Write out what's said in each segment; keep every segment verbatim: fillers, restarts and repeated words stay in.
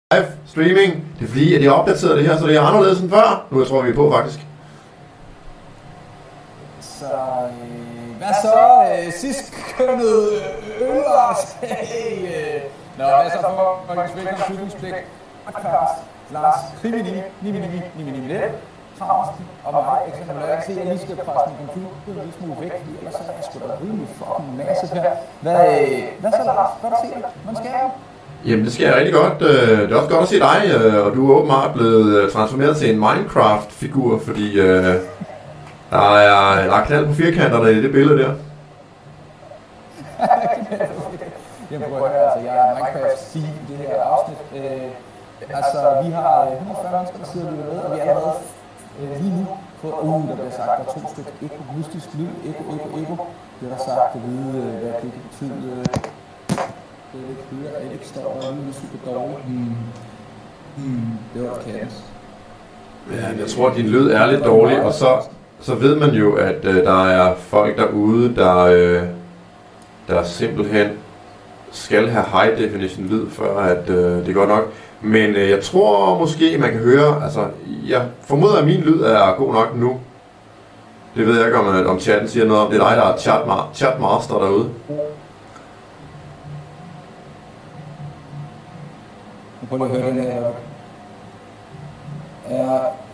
live streaming. Det er fordi, at de har opdateret det her, så det er anderledes end før. Nu jeg tror vi er på, faktisk. Så, øh, hvad så? Øh, sidst kønnet øl, Lars. Hey, øh. Nå, hvad så for Folkets Velkommen Beslutningspligt? Podcast. Lars, Krimi, Nimi, Nimi, Nimi, Nimi, Nimi, Nimi, Travsten og mig, eksempel. Jeg kan se, at jeg lige skal presse min computer en lille smule væk, fordi ellers er jeg sgu da rimelig fucking masse her. Hvad, hvad så, Lars? Godt at se dig. Hvordan skal jeg? Jamen, det sker rigtig godt. Det er også godt at se dig, og du er åbenbart blevet transformeret til en Minecraft-figur, fordi øh, der, er, der er knald på firkanterne i det billede der. Jamen, prøv at høre, altså, jeg er Minecraft-Steve i det her afsnit. Øh, altså, vi har et hundrede og fyrre mennesker, der sidder og lytter med, og vi er allerede øh, lige nu på, uh, der bliver sagt, der er to stykker eko, mystisk lyd, eko, eko, eko. Det er der sagt at vide, hvad det kan betyde. Det er lidt hører, at ikke står der ude, super dårligt. Hmm. Hmm. Det var et kaos. Ja, jeg tror, at din lyd er lidt dårlig, og så, så ved man jo, at øh, der er folk derude, der, øh, der simpelthen skal have high definition lyd, før at øh, det er godt nok. Men øh, jeg tror måske, man kan høre, altså, jeg formoder, at min lyd er god nok nu. Det ved jeg ikke, om, om chatten siger noget om. Det er dig, der er chatma- chatmaster derude. Prøv lige at høre den her. Ja.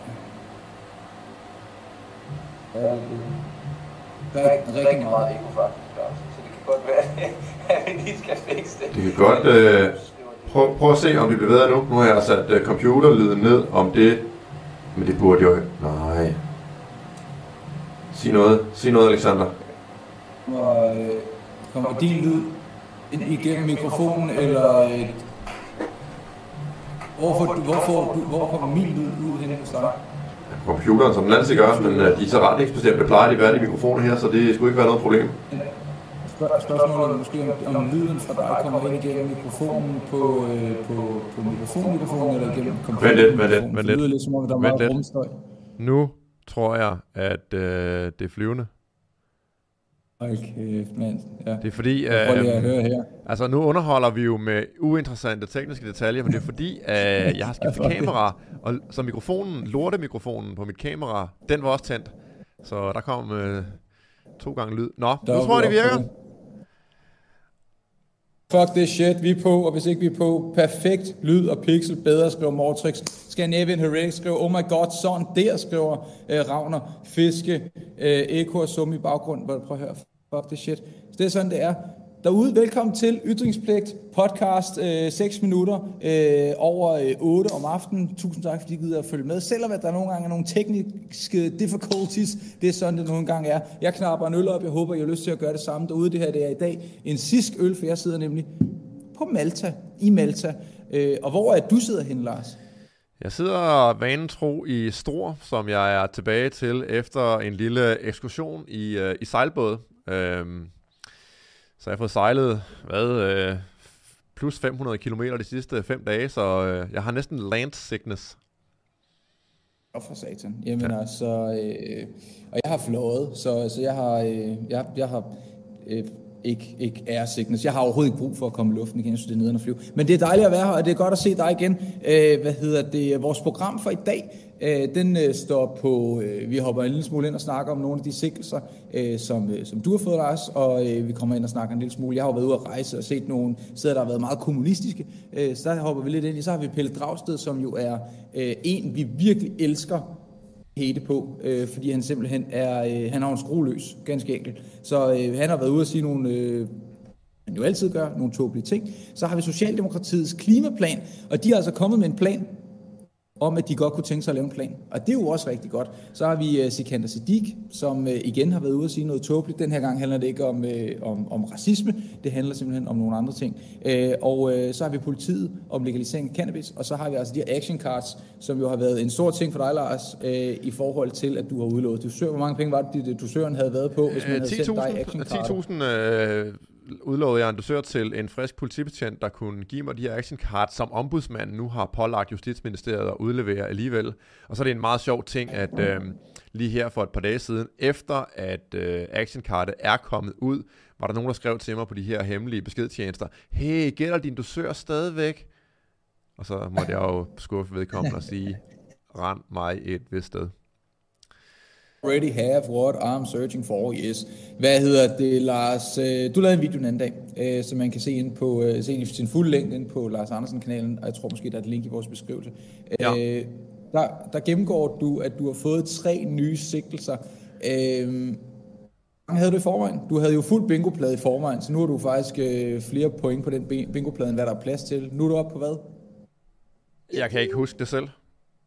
Der er rigtig meget eko faktisk, så det kan godt være, at vi lige skal fikse det. Det kan godt. Øh, prøv, prøv at se, om det bliver bedre nu. Nu har jeg sat uh, computerlyden ned om det. Men det burde jo... Nej. Sig noget. Sig noget, Alexander. Kommer, øh, kommer din lyd ind igennem mikrofonen, eller... Øh, Hvorfor, hvorfor, hvor kommer min lyd ud hen hos dig? Computeren, som den altid gør, men de er så retningsbestemte. Det plejer de at være i mikrofonen her, så det skulle ikke være noget problem. Spørg- spørgsmålet er måske, om, om lyden fra dig kommer ind igennem mikrofonen på, øh, på, på mikrofonmikrofonen eller igennem computeren. Vent lidt, vent lidt, vent lidt. Det lyder lidt som om, der er meget rumstøj. Nu tror jeg, at øh, det er flyvende. Hold kæft, mand. Ja. Det er fordi, øh, jeg høre her. altså nu underholder vi jo med uinteressante tekniske detaljer, men det er fordi, øh, jeg har skiftet kamera, og så mikrofonen, lortemikrofonen på mit kamera, den var også tændt. Så der kom øh, to gange lyd. Nå, nu tror jeg, det virker. Fuck this shit, vi er på, og hvis ikke vi er på, perfekt lyd og pixel, bedre, skriver Mortrix. Scandinavian Heretics skriver, oh my god, sådan der, skriver øh, Ravner, Fiske, øh, Eko og Sum i baggrund. Prøv at høre, fuck this shit. Så det er sådan, det er. Derude, velkommen til Ytringspligt podcast, øh, seks minutter øh, over øh, otte om aftenen. Tusind tak, fordi I gider at følge med. Selvom at der nogle gange er nogle tekniske difficulties, det er sådan, det nogle gange er. Jeg knapper en øl op, jeg håber, I har lyst til at gøre det samme derude. Det her det er i dag en sisk øl, for jeg sidder nemlig på Malta, i Malta. Øh, og hvor er du sidder hen, Lars? Jeg sidder vanetro i Struer, som jeg er tilbage til efter en lille ekskursion i, øh, i sejlbåd. Øhm, så jeg har fået sejlet, hvad, øh, plus fem hundrede kilometer de sidste fem dage, så øh, jeg har næsten land sickness. Og for satan. Jamen ja. altså, øh, og jeg har fløjet, så, så jeg har, øh, jeg, jeg har øh, ikke, ikke air sickness. Jeg har overhovedet ikke brug for at komme i luften igen, jeg synes, det er nederen at flyve. Men det er dejligt at være her, og det er godt at se dig igen. Øh, hvad hedder det? Vores program for i dag, øh, den øh, står på, øh, vi hopper en lille smule ind og snakker om nogle af de sigtelser, øh, som, øh, som du har fået, Lars, og øh, vi kommer ind og snakker en lille smule. Jeg har jo været ude at rejse og set nogle steder, der har været meget kommunistiske, øh, så der hopper vi lidt ind i. Så har vi Pelle Dragsted, som jo er øh, en, vi virkelig elsker hate på, øh, fordi han simpelthen er, øh, han har en skrueløs, ganske enkelt. Så øh, han har været ude at sige nogle, øh, han jo altid gør, nogle tåbelige ting. Så har vi Socialdemokratiets klimaplan, og de har altså kommet med en plan, om at de godt kunne tænke sig at lave en plan. Og det er jo også rigtig godt. Så har vi uh, Sikander Siddiq, som uh, igen har været ude at sige noget tåbeligt. Den her gang handler det ikke om, uh, om, om racisme, det handler simpelthen om nogle andre ting. Uh, og uh, så har vi politiet om legalisering af cannabis, og så har vi altså de her action cards, som jo har været en stor ting for dig, Lars, uh, i forhold til, at du har udlovet dusør. Hvor mange penge var det, at dusøren havde været på, hvis man havde sendt dig action card? ti tusind øh, udlovede jeg en dusør til en frisk politibetjent, der kunne give mig de her action cards, som ombudsmanden nu har pålagt Justitsministeriet at udlevere alligevel. Og så er det en meget sjov ting, at øh, lige her for et par dage siden, efter at øh, action cardet er kommet ud, var der nogen, der skrev til mig på de her hemmelige beskedtjenester, hey, gælder din dusør stadigvæk? Og så måtte jeg jo skuffe vedkommende og sige, rend mig et vist sted. Already have what I'm searching for, yes. Hvad hedder det, Lars? Du lavede en video den anden dag, så man kan se ind på se sin fulde længde ind på Lars Andersen-kanalen, og jeg tror måske, der er et link i vores beskrivelse. Ja. Der, der gennemgår du, at du har fået tre nye sigtelser. Hvor havde du i forvejen? Du havde jo fuld bingoplade i forvejen, så nu har du faktisk flere point på den bingoplade, end hvad der er plads til. Nu er du oppe på hvad? Jeg kan ikke huske det selv.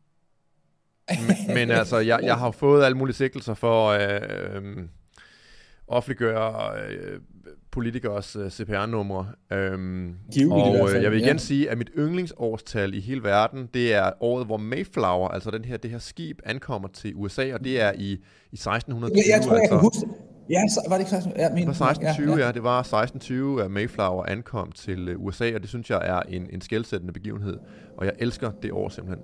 Men, men altså, jeg, jeg har fået alle mulige sigtelser for at øh, øh, offentliggøre øh, politikers øh, C P R-numre. Øh, og øh, jeg vil igen ja. sige, at mit yndlingsårstal i hele verden, det er året, hvor Mayflower, altså den her, det her skib, ankommer til U S A, og det er i, i seksten tyve. Jeg, jeg tror, jeg altså. kan huske det. Ja, var det ikke seksten tyve? Ja, min, det var seksten tyve, ja, ja. ja. Det var seksten tyve, at Mayflower ankom til U S A, og det synes jeg er en, en skelsættende begivenhed. Og jeg elsker det år simpelthen.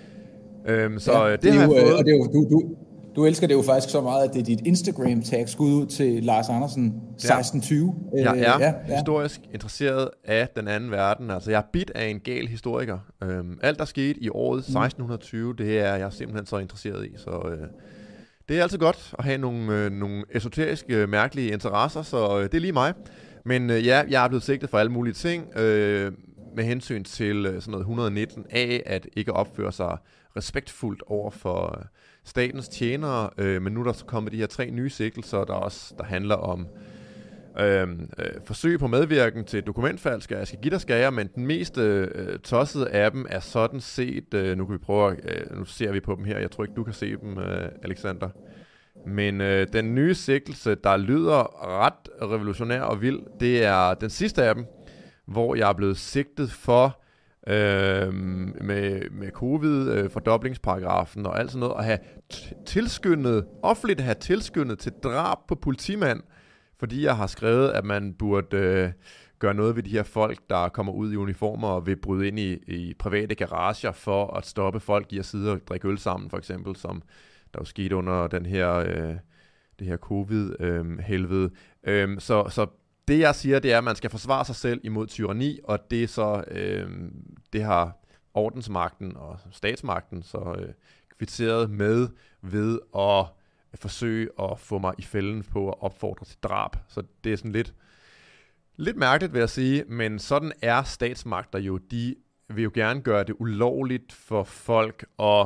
Øhm, så ja, det, det har jo, jeg fået. Og det er jo, du, du, du elsker det jo faktisk så meget, at det er dit Instagram-tag skud ud til Lars Andersen seksten tyve. Ja. Jeg er ja, ja. historisk interesseret af den anden verden. Altså, jeg er bit af en gal historiker. Øhm, alt, der skete i året seksten tyve, det er jeg simpelthen så interesseret i. Så øh, det er altid godt at have nogle, øh, nogle esoteriske, mærkelige interesser, så øh, det er lige mig. Men øh, ja, jeg er blevet sigtet for alle mulige ting, øh, med hensyn til øh, sådan noget et hundrede nitten A, at ikke opføre sig respektfuldt over for statens tjenere, øh, men nu er der så kommet de her tre nye sigtelser, der også der handler om øh, øh, forsøg på medvirken til dokumentfalsk. Jeg skal give dig skager, men den mest øh, tossede af dem er sådan set, øh, nu kan vi prøve, øh, nu ser vi på dem her, jeg tror ikke du kan se dem, øh, Alexander, men øh, den nye sigtelse, der lyder ret revolutionær og vild, det er den sidste af dem, hvor jeg er blevet sigtet for Øh, med, med covid, øh, fordoblingsparagrafen og alt sådan noget, at have t- tilskyndet, offentligt have tilskyndet til drab på politimand, fordi jeg har skrevet, at man burde øh, gøre noget ved de her folk, der kommer ud i uniformer og vil bryde ind i, i private garager for at stoppe folk i at sidde og drikke øl sammen, for eksempel, som der jo skete under den her, øh, det her covid-helvede. Øh, øh, så, så det jeg siger, det er, at man skal forsvare sig selv imod tyranni, og det er så, øh, det har ordensmagten og statsmagten så øh, kvitteret med ved at forsøge at få mig i fælden på at opfordre til drab. Så det er sådan lidt, lidt mærkeligt, vil jeg sige, men sådan er statsmagter jo. De vil jo gerne gøre det ulovligt for folk at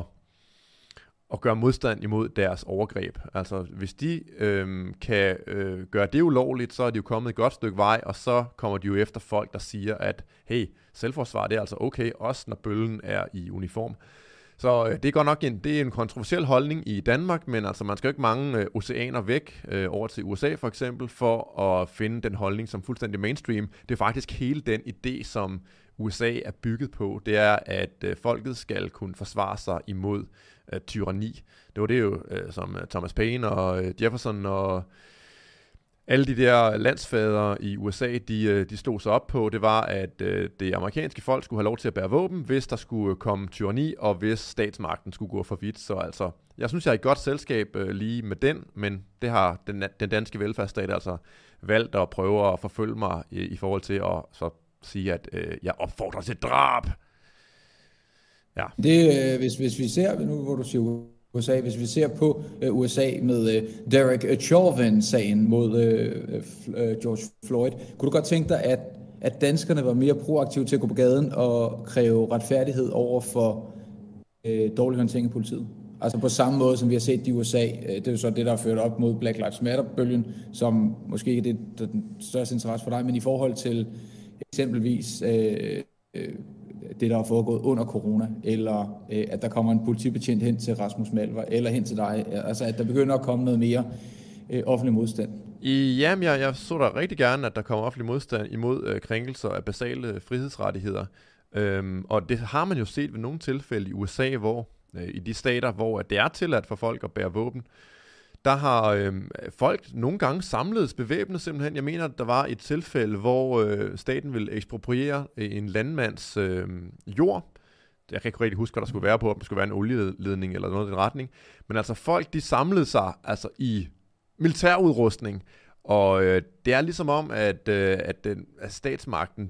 og gøre modstand imod deres overgreb. Altså, hvis de øh, kan øh, gøre det ulovligt, så er de jo kommet et godt stykke vej, og så kommer de jo efter folk, der siger, at hey, selvforsvar, det er altså okay, også når bøllen er i uniform. Så øh, det er godt nok en, det er en kontroversiel holdning i Danmark, men altså, man skal jo ikke mange øh, oceaner væk øh, over til U S A for eksempel, for at finde den holdning som fuldstændig mainstream. Det er faktisk hele den idé, som U S A er bygget på, det er, at øh, folket skal kunne forsvare sig imod øh, tyranni. Det var det jo, øh, som Thomas Paine og øh, Jefferson og alle de der landsfædre i U S A, de, øh, de stod sig op på, det var, at øh, det amerikanske folk skulle have lov til at bære våben, hvis der skulle komme tyranni, og hvis statsmagten skulle gå for vidt. Så altså, jeg synes, jeg er i godt selskab øh, lige med den, men det har den, den danske velfærdsstat altså valgt at prøve at forfølge mig i, i forhold til at så sige, at øh, jeg opfordrer til drab. Ja. Det, øh, hvis, hvis vi ser, nu hvor du siger U S A, hvis vi ser på øh, U S A med øh, Derek Chauvin-sagen mod øh, øh, George Floyd, kunne du godt tænke dig, at, at danskerne var mere proaktive til at gå på gaden og kræve retfærdighed over for øh, dårlig håndtering af politiet? Altså på samme måde, som vi har set i U S A, det er jo så det, der har ført op mod Black Lives Matter-bølgen, som måske ikke er det, den største interesse for dig, men i forhold til eksempelvis øh, øh, det, der er foregået under corona, eller øh, at der kommer en politibetjent hen til Rasmus Malver, eller hen til dig, altså at der begynder at komme noget mere øh, offentlig modstand. I, jamen, jeg, jeg så da rigtig gerne, at der kommer offentlig modstand imod øh, krænkelser af basale frihedsrettigheder, øhm, og det har man jo set ved nogle tilfælde i U S A, hvor øh, i de stater, hvor det er tilladt for folk at bære våben, der har øh, folk nogle gange samledes bevæbnet simpelthen. Jeg mener, at der var et tilfælde, hvor øh, staten ville ekspropriere en landmands øh, jord. Jeg kan ikke rigtig huske, hvad der skulle være på, om der skulle være en olieledning eller noget i den retning. Men altså folk, de samlede sig altså i militærudrustning. Og øh, det er ligesom om, at, øh, at, den, at statsmagten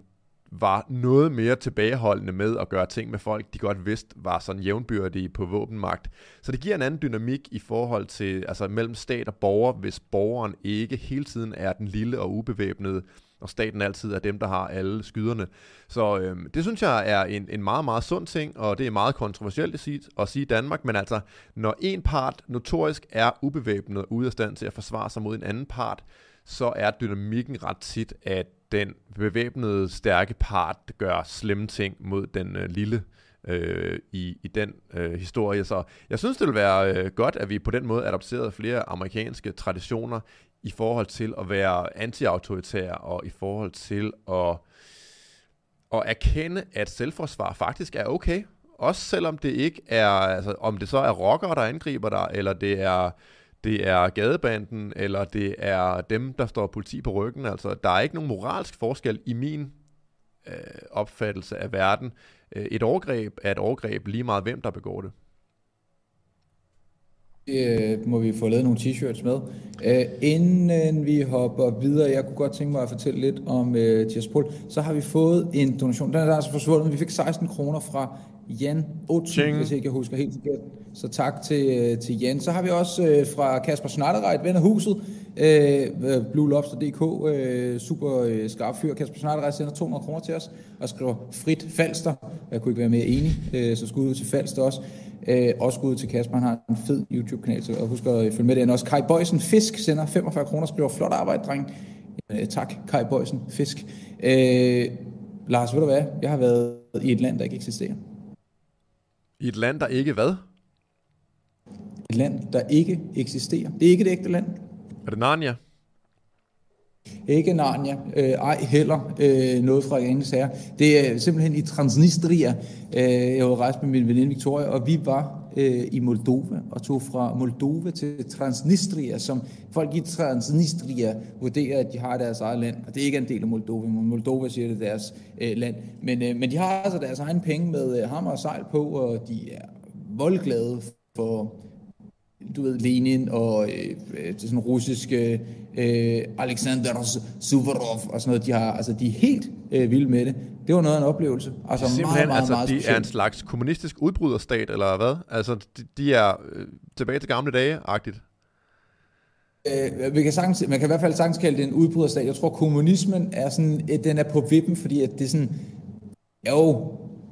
var noget mere tilbageholdende med at gøre ting med folk, de godt vidste var sådan jævnbyrdige på våbenmagt. Så det giver en anden dynamik i forhold til, altså mellem stat og borger, hvis borgeren ikke hele tiden er den lille og ubevæbnede, og staten altid er dem, der har alle skyderne. Så øhm, det synes jeg er en, en meget, meget sund ting, og det er meget kontroversielt at sige, at sige i Danmark, men altså, når en part notorisk er ubevæbnet og ude af stand til at forsvare sig mod en anden part, så er dynamikken ret tit, at den bevæbnede, stærke part gør slemme ting mod den øh, lille øh, i, i den øh, historie. Så jeg synes, det vil være øh, godt, at vi på den måde adopterede flere amerikanske traditioner i forhold til at være anti-autoritære og i forhold til at, at erkende, at selvforsvar faktisk er okay. Også selvom det ikke er, altså om det så er rockere, der angriber dig, eller det er det er gadebanden, eller det er dem, der står politi på ryggen. Altså, der er ikke nogen moralsk forskel i min øh, opfattelse af verden. Et overgreb er et overgreb lige meget, hvem der begår det. Det må vi få lavet nogle t-shirts med. Uh, inden vi hopper videre, jeg kunne godt tænke mig at fortælle lidt om uh, Tiraspol, så har vi fået en donation. Den er altså forsvundet. Vi fik seksten kroner fra Jan Otsen, hvis ikke jeg husker helt forkert. Så tak til, uh, til Jan. Så har vi også uh, fra Kasper Schneiderreit, ven af huset, uh, Blue Lobster punktum d k, uh, super uh, skarp fyr. Kasper Schneiderreit sender to hundrede kroner til os og skriver frit Falster. Jeg kunne ikke være mere enig, uh, så skud ud til Falster også. Øh, også ud til Kasper, han har en fed YouTube-kanal, så jeg husker at følge med den også. Kai Bøjsen Fisk sender femogfyrre kroner, skriver flot arbejde, dreng. Øh, tak, Kai Bøjsen Fisk. Øh, Lars, ved du hvad? Jeg har været i et land, der ikke eksisterer. I et land, der ikke hvad? Et land, der ikke eksisterer. Det er ikke et ægte land. Er det Narnia? Ikke Narnia, øh, ej heller øh, noget fra Ringenes Herre. Det er simpelthen i Transnistria. Øh, jeg var rejst med min veninde Victoria, og vi var øh, i Moldova og tog fra Moldova til Transnistria, som folk i Transnistria vurderer, at de har deres eget land. Og det er ikke en del af Moldova, men Moldova siger, det er deres øh, land. Men, øh, men de har altså deres egen penge med øh, hammer og sejl på, og de er voldglade for, du ved, Lenin og øh, det sådan russiske øh, Alexander Suvorov og sådan noget. De har, altså de er helt øh, vilde med det. Det var noget af en oplevelse. Altså simpelthen, meget, meget, altså, meget de specielt. er en slags kommunistisk udbryderstat, eller hvad? Altså, de, de er øh, tilbage til gamle dage-agtigt. Øh, vi kan sagtens, man kan i hvert fald sagtens kalde det en udbryderstat. Jeg tror, kommunismen er sådan, den er på vippen, fordi at det er sådan, jo,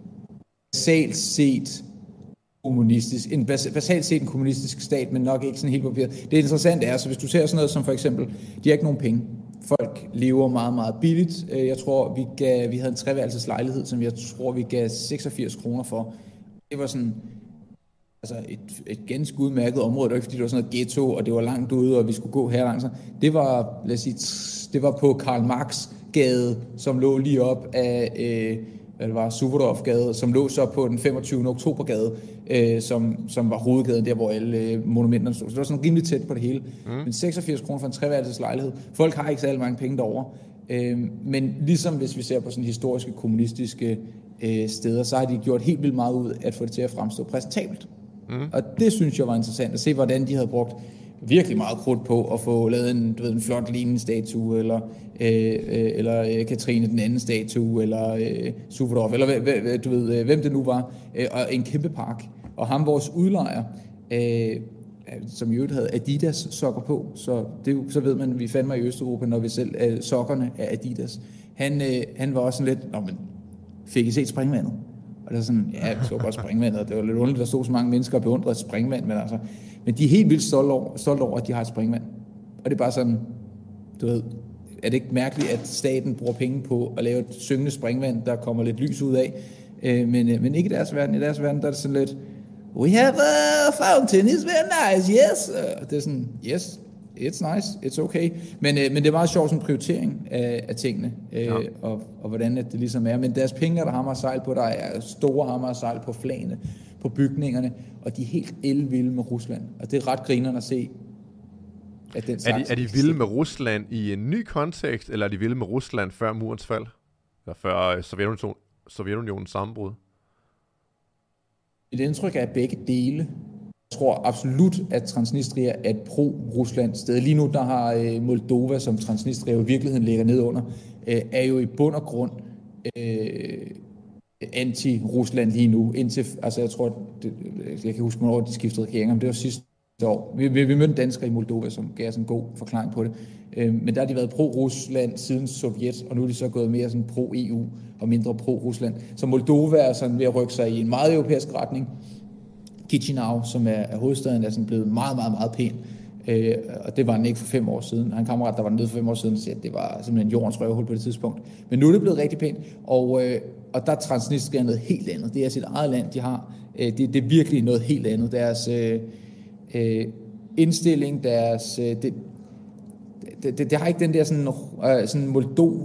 basalt set kommunistisk, en bas, basalt set en kommunistisk stat, men nok ikke sådan helt på papiret. Det interessante er, så hvis du ser sådan noget som for eksempel, de har ikke nogen penge. Folk lever meget, meget billigt. Jeg tror, vi, gav, vi havde en treværelses lejlighed, som jeg tror, vi gav seksogfirs kroner for. Det var sådan, altså et, et ganske udmærket område. Det var ikke, fordi det var sådan noget ghetto, og det var langt ude, og vi skulle gå her langt. Det var, lad os sige, det var på Karl Marx gade, som lå lige op af, øh, hvad det var, Suvorov-gade, som lå så på den femogtyvende oktobergade, øh, som, som var hovedgaden der, hvor alle øh, monumenterne stod. Så det var sådan rimelig tæt på det hele. Mm. Men seksogfirs kroner for en treværelses lejlighed. Folk har ikke særlig mange penge derovre. Øh, men ligesom hvis vi ser på sådan historiske, kommunistiske øh, steder, så har de gjort helt vildt meget ud at få det til at fremstå præsentabelt. Mm. Og det synes jeg var interessant at se, hvordan de havde brugt virkelig meget krudt på at få lavet en, du ved, en flot Lenin-statue, eller, øh, øh, eller øh, Katrine den anden statue, eller øh, Suvorov, eller øh, du ved, øh, hvem det nu var, øh, og en kæmpe park. Og ham, vores udlejer, øh, som i øvrigt havde Adidas sokker på, så, det, så ved man, at vi fandme i Østeuropa, når vi selv øh, sokkerne er Adidas. Han, øh, han var også sådan lidt, nå, men fik I set springvandet? Og det er sådan, ja, vi så godt springvandet, det var lidt underligt, der stod så mange mennesker og beundrede springvand, men altså, men de er helt vildt stolte over, stolte over, at de har et springvand. Og det er bare sådan, du ved, er det ikke mærkeligt, at staten bruger penge på at lave et syngende springvand, der kommer lidt lys ud af, øh, men, øh, men ikke i deres verden. I deres verden, der er det sådan lidt, we have a fountain, it's very nice, yes. Og det er sådan, yes, it's nice, it's okay. Men, øh, men det er meget sjovt sådan en prioritering af, af tingene, øh, ja. og, og hvordan det ligesom er. Men deres penge er der hammer og sejl på, der er store hammer og sejl på flagene, på bygningerne, og de er helt elvilde med Rusland. Og det er ret grinerende at se, at den er de, er de vilde med Rusland i en ny kontekst, eller er de vilde med Rusland før murens fald? Eller før Sovjetunionen, Sovjetunionens sammenbrud? Et indtryk af begge dele. Jeg tror absolut, at Transnistria er et pro-Rusland sted. Lige nu, der har Moldova, som Transnistria i virkeligheden ligger ned under, er jo i bund og grund øh, anti-Rusland lige nu, indtil, altså jeg tror, det, jeg kan huske, hvornår de skiftede regeringer, men det var sidste år. Vi, vi, vi mødte danskere i Moldova, som gav os en god forklaring på det. Øh, men der har de været pro-Rusland siden Sovjet, og nu er de så gået mere sådan pro-E U og mindre pro-Rusland. Så Moldova er sådan ved at rykke sig i en meget europæisk retning. Chisinau, som er, er hovedstaden, er sådan blevet meget, meget, meget pæn. Øh, og det var han ikke for fem år siden. Han kammerat, der var nede for fem år siden, sagde, at det var simpelthen jordens røvhul på det tidspunkt. Men nu er det blevet rigtig pænt, og, øh, og der er Transnistria noget helt andet. Det er sit eget land, de har. Øh, det, det er virkelig noget helt andet. Deres øh, øh, indstilling, deres... Øh, det, det, det, det har ikke den der sådan, øh, sådan Moldo,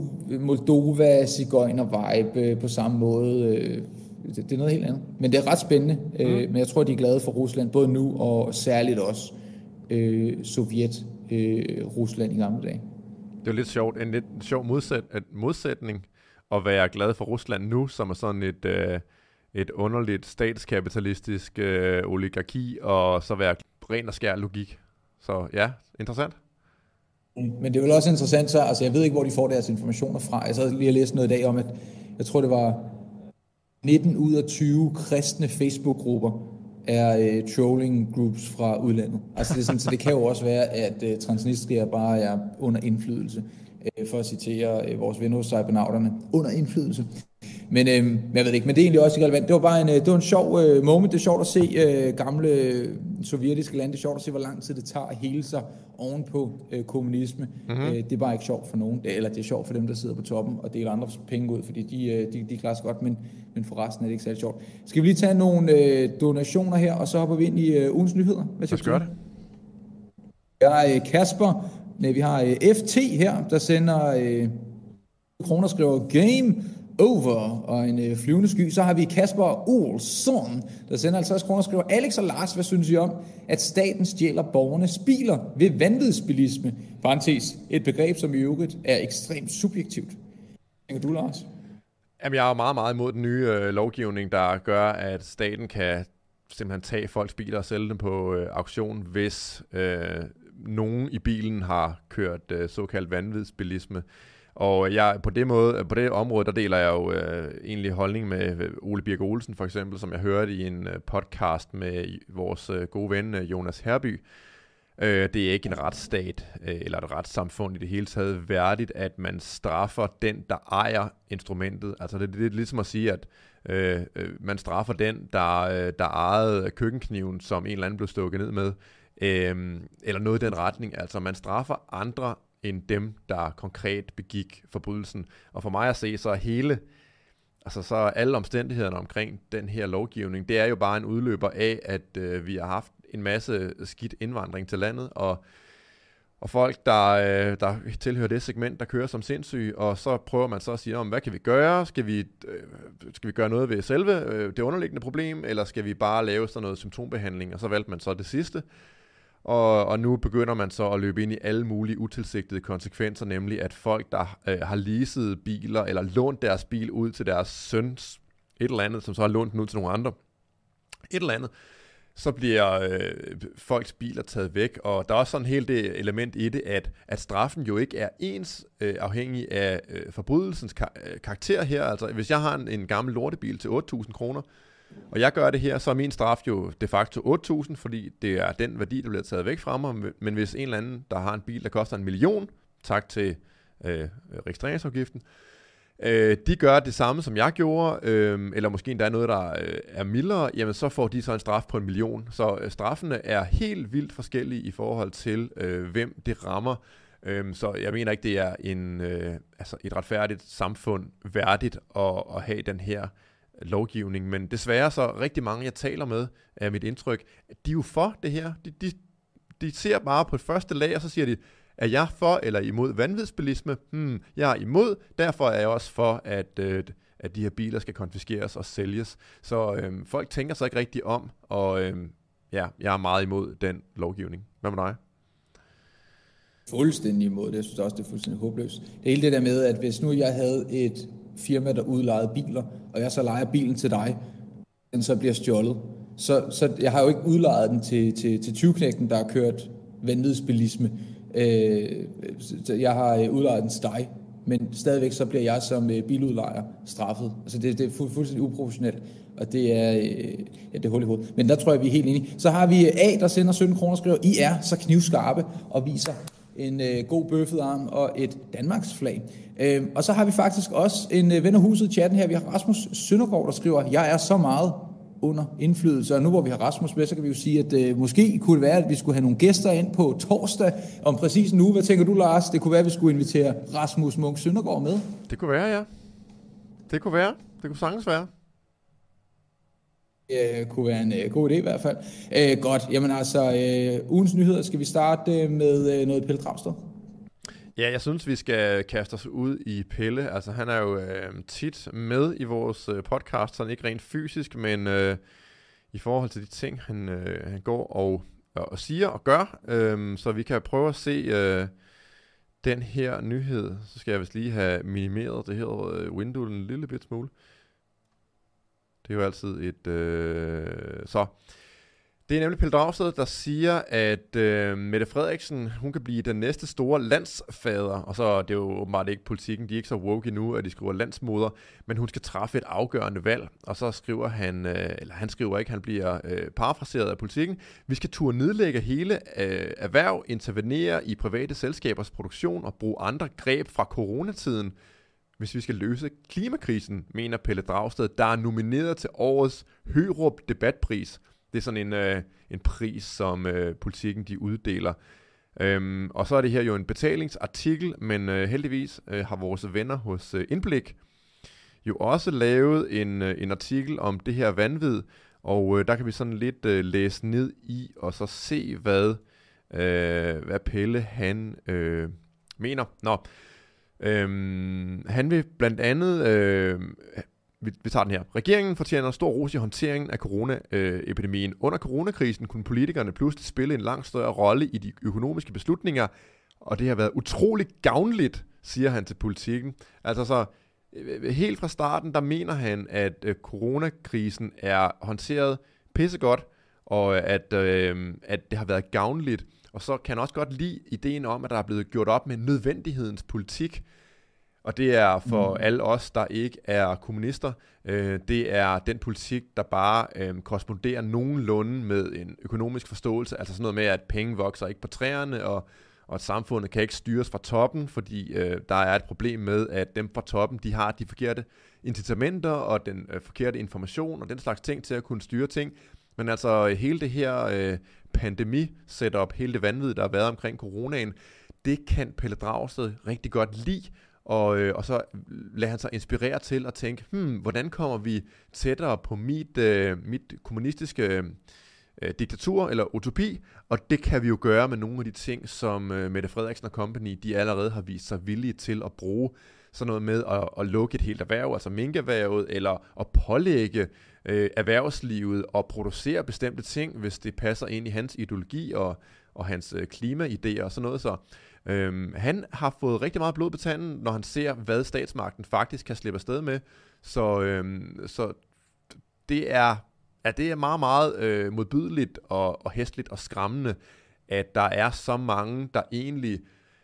Moldova-sigøjner-vibe øh, på samme måde. Øh, det, det er noget helt andet. Men det er ret spændende. Mm. Øh, men jeg tror, de er glade for Rusland, både nu og særligt også Øh, Sovjet, øh, Rusland i gamle dage. Det er lidt sjovt, en lidt sjov modsæt, modsætning at være glad for Rusland nu, som er sådan et, øh, et underligt statskapitalistisk øh, oligarki, og så være ren og skær logik. Så ja, interessant. Men det er vel også interessant, så altså jeg ved ikke, hvor de får deres informationer fra. Jeg sad lige og læste noget i dag om, at jeg tror, det var nitten ud af tyve kristne Facebook-grupper, er uh, trolling groups fra udlandet. Altså det er sådan, så det kan jo også være, at uh, Transnistria bare er under indflydelse, uh, for at citere uh, vores venner hos cybernauterne, under indflydelse. Men uh, jeg ved ikke, men det er egentlig også relevant. Det var bare en, uh, det var en sjov uh, moment. Det er sjovt at se uh, gamle uh, sovjetiske lande. Det er sjovt at se, hvor lang tid det tager at hele sig oven på uh, kommunisme. Mm-hmm. Uh, det er bare ikke sjovt for nogen, eller det er sjovt for dem, der sidder på toppen og deler andres penge ud, fordi de, uh, de, de klarer sig godt, men, men for resten er det ikke særlig sjovt. Skal vi lige tage nogle uh, donationer her, og så hopper vi ind i uh, ugens nyheder? Hvad skal vi gøre det? Jeg er uh, Kasper. Nej, vi har uh, F T her, der sender uh, kroner, skriver game over og en øh, flyvende sky. Så har vi Kasper Olsson, der sender halvtreds kroner, skriver: Alex og Lars, hvad synes I om, at staten stjæler borgernes biler ved vanvidsbilisme? Parentes, et begreb, som i øvrigt er ekstremt subjektivt. Tænker du, Lars? Jamen, jeg er jo meget, meget imod den nye øh, lovgivning, der gør, at staten kan simpelthen tage folks biler og sælge dem på øh, auktion, hvis øh, nogen i bilen har kørt øh, såkaldt vanvidsbilisme. Og jeg, på, det måde, på det område, der deler jeg jo øh, egentlig holdning med Ole Birk Olesen for eksempel, som jeg hørte i en øh, podcast med vores øh, gode ven øh, Jonas Herby. Øh, det er ikke en retsstat øh, eller et retssamfund i det hele taget værdigt, at man straffer den, der ejer instrumentet. Altså det, det er ligesom at sige, at øh, øh, man straffer den, der, øh, der ejede køkkenkniven, som en eller anden blev stukket ned med, øh, eller noget i den retning. Altså man straffer andre end dem, der konkret begik forbrydelsen. Og for mig at se, så er hele, altså så er alle omstændighederne omkring den her lovgivning, det er jo bare en udløber af, at øh, vi har haft en masse skidt indvandring til landet, og, og folk, der, øh, der tilhører det segment, der kører som sindssyge, og så prøver man så at sige, hvad kan vi gøre? Skal vi, øh, skal vi gøre noget ved selve øh, det underliggende problem, eller skal vi bare lave sådan noget symptombehandling? Og så valgte man så det sidste. Og, og nu begynder man så at løbe ind i alle mulige utilsigtede konsekvenser, nemlig at folk, der øh, har leaset biler, eller lånt deres bil ud til deres søns, et eller andet, som så har lånt den ud til nogle andre, et eller andet, så bliver øh, folks biler taget væk, og der er også sådan helt det element i det, at, at straffen jo ikke er ens øh, afhængig af øh, forbrydelsens kar- karakter her. Altså hvis jeg har en, en gammel lortebil til otte tusind kroner, og jeg gør det her, så er min straf jo de facto otte tusind, fordi det er den værdi, der bliver taget væk fra mig. Men hvis en eller anden, der har en bil, der koster en million, tak til øh, registreringsafgiften, øh, de gør det samme, som jeg gjorde, øh, eller måske endda noget, der øh, er mildere, jamen så får de så en straf på en million. Så øh, straffene er helt vildt forskellige i forhold til, øh, hvem det rammer. Øh, så jeg mener ikke, det er en, øh, altså et retfærdigt samfund værdigt at, at have den her lovgivning, men desværre så rigtig mange, jeg taler med, er mit indtryk, de er jo for det her. De, de, de ser bare på et første lag, og så siger de, er jeg for eller imod vanvidsbilisme? Hmm, jeg er imod, derfor er jeg også for, at, øh, at de her biler skal konfiskeres og sælges. Så øh, folk tænker sig ikke rigtig om, og øh, ja, jeg er meget imod den lovgivning. Hvad med dig? Fuldstændig imod det. Jeg synes også, det er fuldstændig håbløst. Det er hele det der med, at hvis nu jeg havde et firma, der udlejede biler, og jeg så lejer bilen til dig, den så bliver stjålet. Så, så jeg har jo ikke udlejet den til, til, til tyveknægten, der har kørt vanvidsbilisme. Øh, jeg har udlejet den til dig, men stadigvæk så bliver jeg som øh, biludlejer straffet. Altså det, det er fu- fuldstændig uprofessionelt, og det er, øh, ja, det er hul i hovedet. Men der tror jeg, vi er helt enige. Så har vi A, der sender sytten kroner og skriver, I er så knivskarpe og viser en øh, god bøffet arm og et Danmarks flag. Øh, og så har vi faktisk også en øh, ven af huset i chatten her. Vi har Rasmus Søndergaard, der skriver, jeg er så meget under indflydelse. Og nu hvor vi har Rasmus med, så kan vi jo sige, at øh, måske kunne det være, at vi skulle have nogle gæster ind på torsdag om præcis en uge. Hvad tænker du, Lars? Det kunne være, at vi skulle invitere Rasmus Munk Søndergaard med. Det kunne være, ja. Det kunne være. Det kunne sagtens være. Det kunne være en uh, god idé i hvert fald. Uh, godt, jamen altså, uh, ugens nyheder, skal vi starte uh, med uh, noget Pelle Dragsted? Ja, jeg synes, vi skal kaste os ud i Pelle. Altså, han er jo øh, tit med i vores øh, podcast, sådan ikke rent fysisk, men øh, i forhold til de ting, han, øh, han går og, og siger og gør. Øh, så vi kan prøve at se øh, den her nyhed. Så skal jeg vist lige have minimeret det her øh, windowet en lille bit smule. Det er jo altid et... Øh, så... Det er nemlig Pelle Dragsted, der siger, at øh, Mette Frederiksen, hun kan blive den næste store landsfader. Og så er det jo åbenbart ikke politikken, de er ikke så woke endnu, at de skriver landsmoder, men hun skal træffe et afgørende valg. Og så skriver han, øh, eller han skriver ikke, han bliver øh, parafraseret af politikken. Vi skal turde nedlægge hele øh, erhverv, intervenere i private selskabers produktion og bruge andre greb fra coronatiden, hvis vi skal løse klimakrisen, mener Pelle Dragsted, der er nomineret til årets Hørup Debatpris. Det er sådan en, øh, en pris, som øh, politikken de uddeler. Øhm, og så er det her jo en betalingsartikel, men øh, heldigvis øh, har vores venner hos øh, Indblik jo også lavet en, øh, en artikel om det her vanvid, og øh, der kan vi sådan lidt øh, læse ned i, og så se, hvad, øh, hvad Pelle han øh, mener. Nå, øhm, han vil blandt andet... Øh, Vi, vi tager den her. Regeringen fortjener stor ros i håndteringen af coronaepidemien. Under coronakrisen kunne politikerne pludselig spille en langt større rolle i de økonomiske beslutninger, og det har været utrolig gavnligt, siger han til politikken. Altså så, helt fra starten, der mener han, at coronakrisen er håndteret pissegodt, og at, øh, at det har været gavnligt. Og så kan han også godt lide ideen om, at der er blevet gjort op med nødvendighedens politik. Og det er for mm. alle os, der ikke er kommunister, øh, det er den politik, der bare øh, korresponderer nogenlunde med en økonomisk forståelse, altså sådan noget med, at penge vokser ikke på træerne, og, og at samfundet kan ikke styres fra toppen, fordi øh, der er et problem med, at dem fra toppen, de har de forkerte incitamenter, og den øh, forkerte information, og den slags ting til at kunne styre ting. Men altså hele det her øh, pandemi-setup, hele det vanvid, der har været omkring coronaen, det kan Pelle Dragsted rigtig godt lide. Og, øh, og så lader han sig inspirere til at tænke, hmm, hvordan kommer vi tættere på mit, øh, mit kommunistiske øh, diktatur eller utopi? Og det kan vi jo gøre med nogle af de ting, som øh, Mette Frederiksen og company, de allerede har vist sig villige til at bruge. Sådan noget med at, at lukke et helt erhverv, altså minkerhvervet, eller at pålægge øh, erhvervslivet og producere bestemte ting, hvis det passer ind i hans ideologi og, og hans øh, klimaidéer og sådan noget. Så Øhm, han har fået rigtig meget blod på tanden, når han ser, hvad statsmagten faktisk kan slippe afsted med. Så, øhm, så det er, ja, det er meget, meget øh, modbydeligt og, og hæsligt og skræmmende, at der er så mange, der egentlig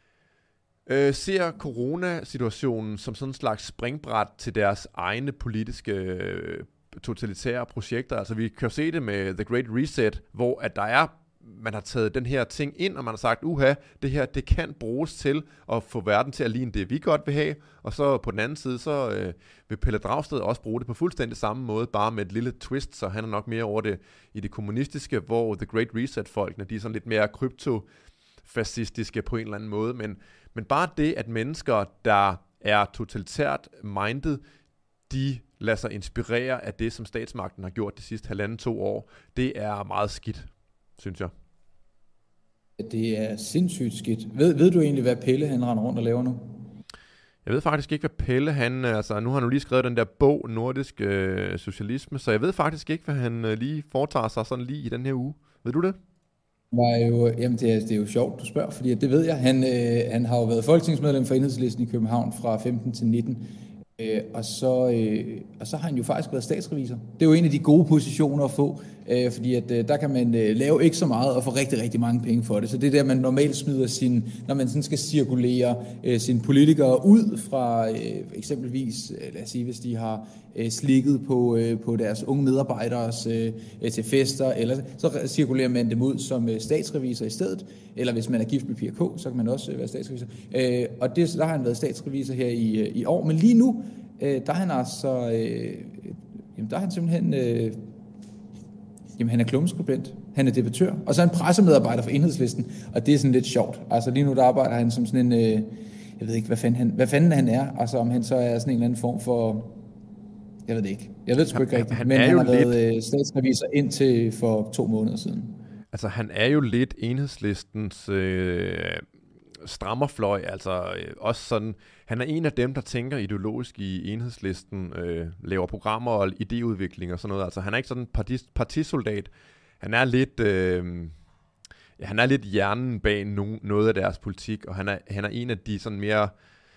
øh, ser coronasituationen som sådan en slags springbræt til deres egne politiske øh, totalitære projekter. Altså vi kan jo se det med The Great Reset, hvor at der er man har taget den her ting ind, og man har sagt, uha, det her, det kan bruges til at få verden til at ligne det, vi godt vil have. Og så på den anden side, så øh, vil Pelle Dragsted også bruge det på fuldstændig samme måde, bare med et lille twist, så han er nok mere over det i det kommunistiske, hvor The Great Reset-folkene, de er sådan lidt mere kryptofascistiske på en eller anden måde. Men, men bare det, at mennesker, der er totalitært minded, de lader sig inspirere af det, som statsmagten har gjort de sidste halvanden to år, det er meget skidt, synes jeg. Det er sindssygt skidt. Ved, ved du egentlig, hvad Pelle han render rundt og laver nu? Jeg ved faktisk ikke, hvad Pelle han... Altså, nu har han jo lige skrevet den der bog, Nordisk øh, Socialisme, så jeg ved faktisk ikke, hvad han øh, lige foretager sig sådan lige i den her uge. Ved du det? Var jo, jamen det er, det er jo sjovt, du spørger, fordi det ved jeg. Han, øh, han har jo været folketingsmedlem for Enhedslisten i København fra femten til nitten. Øh, og, så, øh, og så har han jo faktisk været statsrevisor. Det er jo en af de gode positioner at få, øh, fordi at, øh, der kan man øh, lave ikke så meget og få rigtig, rigtig mange penge for det. Så det er der, man normalt smider sin, når man sådan skal cirkulere øh, sine politikere ud fra øh, eksempelvis, øh, lad os sige, hvis de har øh, slikket på, øh, på deres unge medarbejderes øh, til fester, eller så cirkulerer man dem ud som øh, statsrevisor i stedet, eller hvis man er gift med Pia K, så kan man også øh, være statsrevisor. Øh, og det, der har han været statsrevisor her i, øh, i år, men lige nu, Øh, der er han altså, øh, jamen der er han simpelthen, øh, jamen han er klummeskribent, han er debattør, og så er han pressemedarbejder for Enhedslisten, og det er sådan lidt sjovt. Altså lige nu der arbejder han som sådan en, øh, jeg ved ikke hvad fanden han, hvad fanden han er, altså om han så er sådan en eller anden form for, jeg ved det ikke, jeg ved det sgu ikke rigtigt, han men han har lidt... været øh, statsrevisor indtil for to måneder siden. Altså han er jo lidt Enhedslistens øh, strammerfløj, altså øh, også sådan, han er en af dem, der tænker ideologisk i Enhedslisten, øh, laver programmer og idéudvikling og sådan noget, altså han er ikke sådan en partis, partisoldat, han er lidt, øh, ja, han er lidt hjernen bag no, noget af deres politik, og han er, han er en af de sådan mere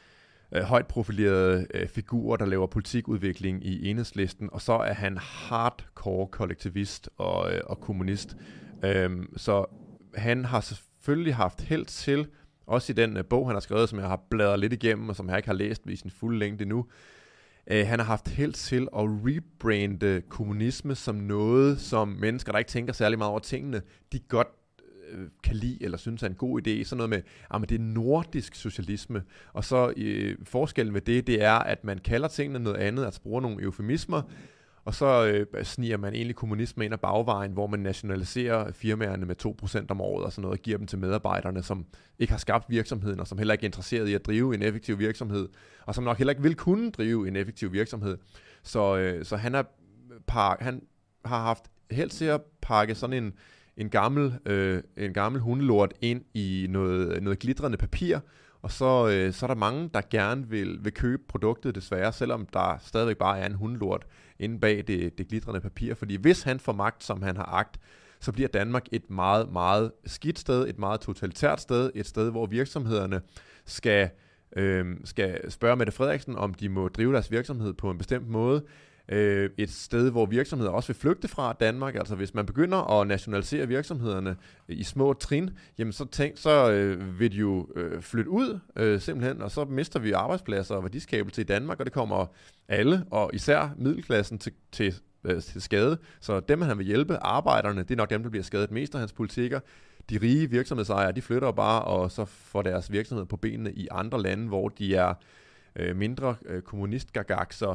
øh, højt profilerede øh, figurer, der laver politikudvikling i Enhedslisten, og så er han hardcore kollektivist og, øh, og kommunist, øh, så han har selvfølgelig haft held til, også i den uh, bog, han har skrevet, som jeg har bladret lidt igennem, og som jeg ikke har læst i sin fulde længde endnu. Uh, han har haft held til at rebrande kommunisme som noget, som mennesker, der ikke tænker særlig meget over tingene, de godt uh, kan lide, eller synes er en god idé. Sådan noget med, ah, men det er nordisk socialisme. Og så uh, forskellen ved det, det er, at man kalder tingene noget andet, altså bruger nogle eufemismer, og så øh, sniger man egentlig kommunisme ind ad bagvejen, hvor man nationaliserer firmaerne med to procent om året og sådan noget, og giver dem til medarbejderne, som ikke har skabt virksomheden, og som heller ikke er interesseret i at drive en effektiv virksomhed, og som nok heller ikke vil kunne drive en effektiv virksomhed. Så, øh, så han, er par, han har haft held til at pakke sådan en, en, gammel, øh, en gammel hundelort ind i noget, noget glitrende papir, og så, øh, så er der mange, der gerne vil, vil købe produktet desværre, selvom der stadigvæk bare er en hundelort inde bag det, det glitrende papir. Fordi hvis han får magt, som han har agt, så bliver Danmark et meget, meget skidt sted, et meget totalitært sted, et sted, hvor virksomhederne skal, øh, skal spørge Mette Frederiksen, om de må drive deres virksomhed på en bestemt måde. Øh, et sted, hvor virksomheder også vil flygte fra Danmark. Altså hvis man begynder at nationalisere virksomhederne i små trin, jamen så, tænk, så øh, vil de jo øh, flytte ud øh, simpelthen, og så mister vi arbejdspladser og værdiskabelse i Danmark, og det kommer alle, og især middelklassen til, til, øh, til skade. Så dem, han vil hjælpe, arbejderne, det er nok dem, der bliver skadet mest af hans politikker. De rige virksomhedsejere, de flytter bare, og så får deres virksomhed på benene i andre lande, hvor de er øh, mindre øh, kommunistgagak. Så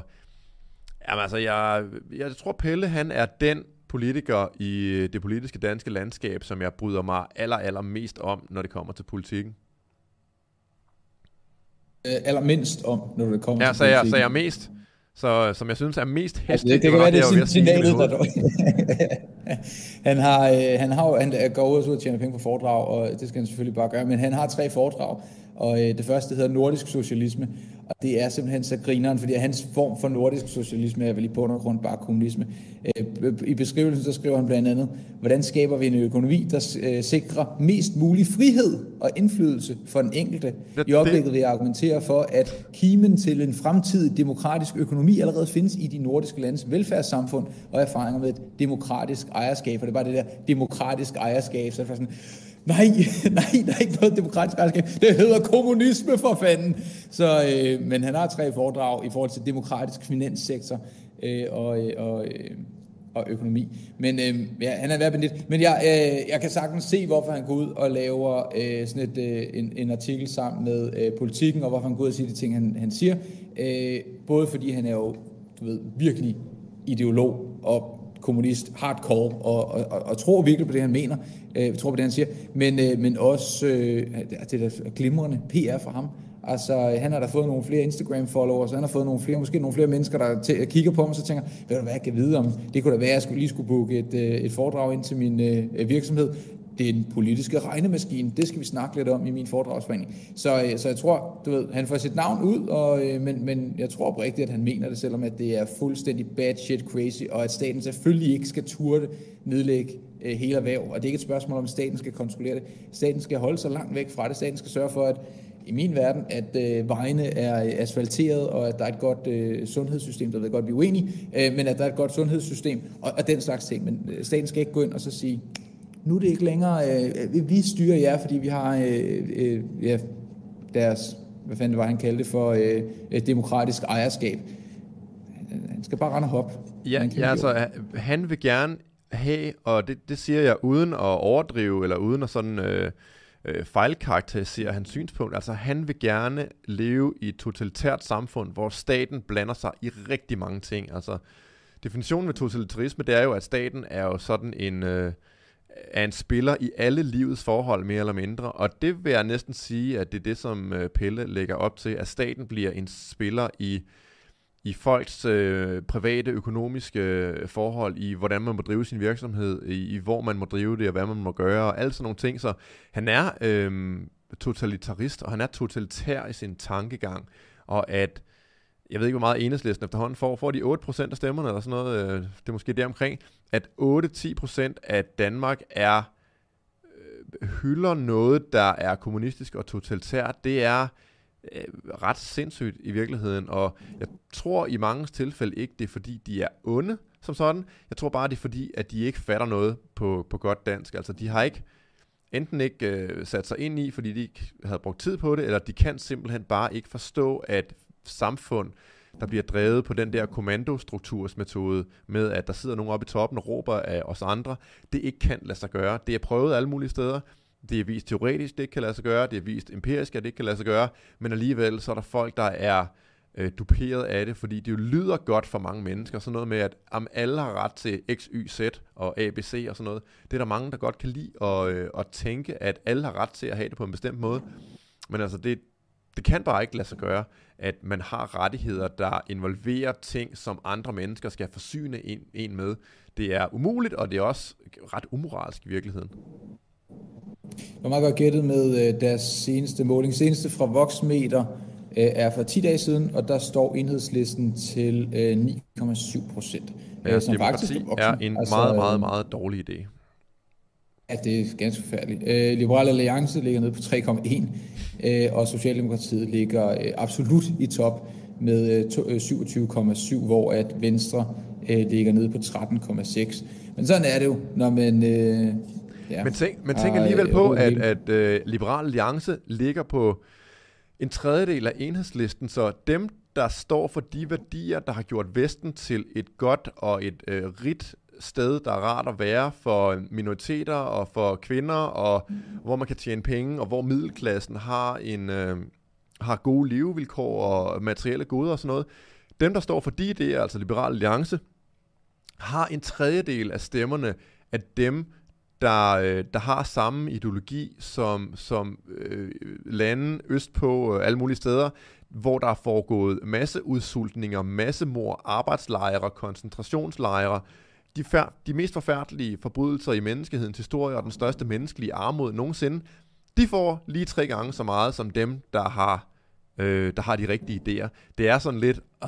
jamen altså, jeg, jeg tror Pelle, han er den politiker i det politiske danske landskab, som jeg bryder mig aller, aller mest om, når det kommer til politikken. Øh, allermindst om, når det kommer ja, til så politikken. Ja, så jeg er mest, så, som jeg synes er mest hæstigt. Altså, det, det kan være, det er signalet, der han har, øh, han har han går ud og tjener penge på foredrag, og det skal han selvfølgelig bare gøre, men han har tre foredrag, og øh, det første hedder Nordisk Socialisme, og det er simpelthen så grineren, fordi hans form for nordisk socialisme er vel i bund og grund bare kommunisme. Øh, I beskrivelsen så skriver han blandt andet, hvordan skaber vi en økonomi, der øh, sikrer mest mulig frihed og indflydelse for den enkelte. Det, I øjeblikket vil jeg argumentere for, at kimen til en fremtidig demokratisk økonomi allerede findes i de nordiske landes velfærdssamfund og erfaringer med et demokratisk ejerskab, og det er bare det der demokratisk ejerskab, så er det sådan, nej, nej, der er ikke noget demokratisk ejerskab. Det hedder kommunisme for fanden. Så, øh, men han har tre foredrag i forhold til demokratisk finanssektor øh, og, øh, og, øh, og økonomi. Men øh, ja, han er værbendigt. Men jeg, øh, jeg kan sagtens se, hvorfor han går ud og laver øh, sådan et, øh, en, en artikel sammen med øh, Politikken, og hvorfor han går ud og siger de ting, han, han siger. Øh, både fordi han er jo, du ved, virkelig ideolog og kommunist, hardcore, og, og, og, og tror virkelig på det, han mener, øh, tror på det, han siger, men, øh, men også, øh, det er da glimrende P R for ham. Altså, han har da fået nogle flere Instagram-followers, han har fået nogle flere, måske nogle flere mennesker, der t- kigger på ham, og så tænker, ved du hvad, jeg kan vide om, det kunne da være, at jeg skulle, lige skulle booke et, øh, et foredrag ind til min øh, virksomhed. Det er den politiske regnemaskine, det skal vi snakke lidt om i min foredragsforening. Så, øh, så jeg tror, du ved, han får sit navn ud, og, øh, men, men jeg tror oprigtigt, at han mener det, selvom at det er fuldstændig bad shit crazy, og at staten selvfølgelig ikke skal turde nedlægge øh, hele erhverv, og det er ikke et spørgsmål om, at staten skal kontrollere det. Staten skal holde sig langt væk fra det, staten skal sørge for, at i min verden, at øh, vejene er asfalteret, og at der er et godt øh, sundhedssystem, der ved godt blive uenige, øh, men at der er et godt sundhedssystem, og, og den slags ting. Men øh, staten skal ikke gå ind og så sige, nu er det ikke længere, øh, vi styrer jer, fordi vi har øh, øh, ja, deres, hvad fanden det var, han kaldte det for, øh, demokratisk ejerskab. Han skal bare rende og hoppe. Ja, ja altså, han vil gerne have, og det, det siger jeg uden at overdrive, eller uden at sådan øh, øh, fejlkarakterisere hans synspunkt. Altså, han vil gerne leve i et totalitært samfund, hvor staten blander sig i rigtig mange ting. Altså, definitionen med totalitarisme, det er jo, at staten er jo sådan en, øh, er en spiller i alle livets forhold, mere eller mindre. Og det vil jeg næsten sige, at det er det, som øh, Pelle lægger op til, at staten bliver en spiller i i folks øh, private økonomiske øh, forhold, i hvordan man må drive sin virksomhed, i, i hvor man må drive det, og hvad man må gøre, og alle sådan nogle ting. Så han er øh, totalitarist, og han er totalitær i sin tankegang, og at, jeg ved ikke, hvor meget Enhedslisten efterhånden får, får de otte procent af stemmerne, eller sådan noget, øh, det er måske deromkring, at otte til ti procent af Danmark er, øh, hylder noget, der er kommunistisk og totalitært. Det er ret sindssygt i virkeligheden, og jeg tror i mange tilfælde ikke, det er fordi, de er onde som sådan. Jeg tror bare, det er fordi, at de ikke fatter noget på, på godt dansk. Altså, de har ikke enten ikke øh, sat sig ind i, fordi de ikke havde brugt tid på det, eller de kan simpelthen bare ikke forstå, at samfund, der bliver drevet på den der kommandostruktursmetode med, at der sidder nogen oppe i toppen og råber af os andre, det ikke kan lade sig gøre. Det er prøvet alle mulige steder. Det er vist teoretisk, det ikke kan lade sig gøre. Det er vist empirisk, at det ikke kan lade sig gøre. Men alligevel, så er der folk, der er øh, duperet af det, fordi det jo lyder godt for mange mennesker. Sådan noget med, at om alle har ret til X, Y, Z og A, B, C og sådan noget. Det er der mange, der godt kan lide at, øh, at tænke, at alle har ret til at have det på en bestemt måde. Men altså, det, det kan bare ikke lade sig gøre, at man har rettigheder, der involverer ting, som andre mennesker skal forsyne en, en med. Det er umuligt, og det er også ret umoralsk i virkeligheden. Det var meget godt gættet med øh, deres seneste måling. Seneste fra Voxmeter øh, er for ti dage siden, og der står Enhedslisten til øh, ni komma syv procent. Ja, som faktisk er en altså, meget, meget, meget dårlig idé. Ja, det er ganske forfærdeligt. Øh, Liberal Alliance ligger nede på tre komma en, øh, og Socialdemokratiet ligger øh, absolut i top med øh, syvogtyve komma syv, hvor at Venstre øh, ligger nede på tretten komma seks. Men sådan er det jo, når man... Øh, Ja. Men tænk, man tænker alligevel på, at, at uh, Liberal Alliance ligger på en tredjedel af Enhedslisten, så dem, der står for de værdier, der har gjort Vesten til et godt og et uh, rigt sted, der er rart at være for minoriteter og for kvinder, og mm. hvor man kan tjene penge, og hvor middelklassen har, en, uh, har gode levevilkår og materielle goder og sådan noget. Dem, der står for de idéer, altså Liberal Alliance, har en tredjedel af stemmerne af dem, Der, der har samme ideologi som, som øh, lande østpå, øh, alle mulige steder, hvor der er foregået masseudsultninger, massemord, arbejdslejre, koncentrationslejre, de, fær- de mest forfærdelige forbrydelser i menneskehedens historie og den største menneskelige armod nogensinde, de får lige tre gange så meget som dem, der har, øh, der har de rigtige idéer. Det er sådan lidt... Øh,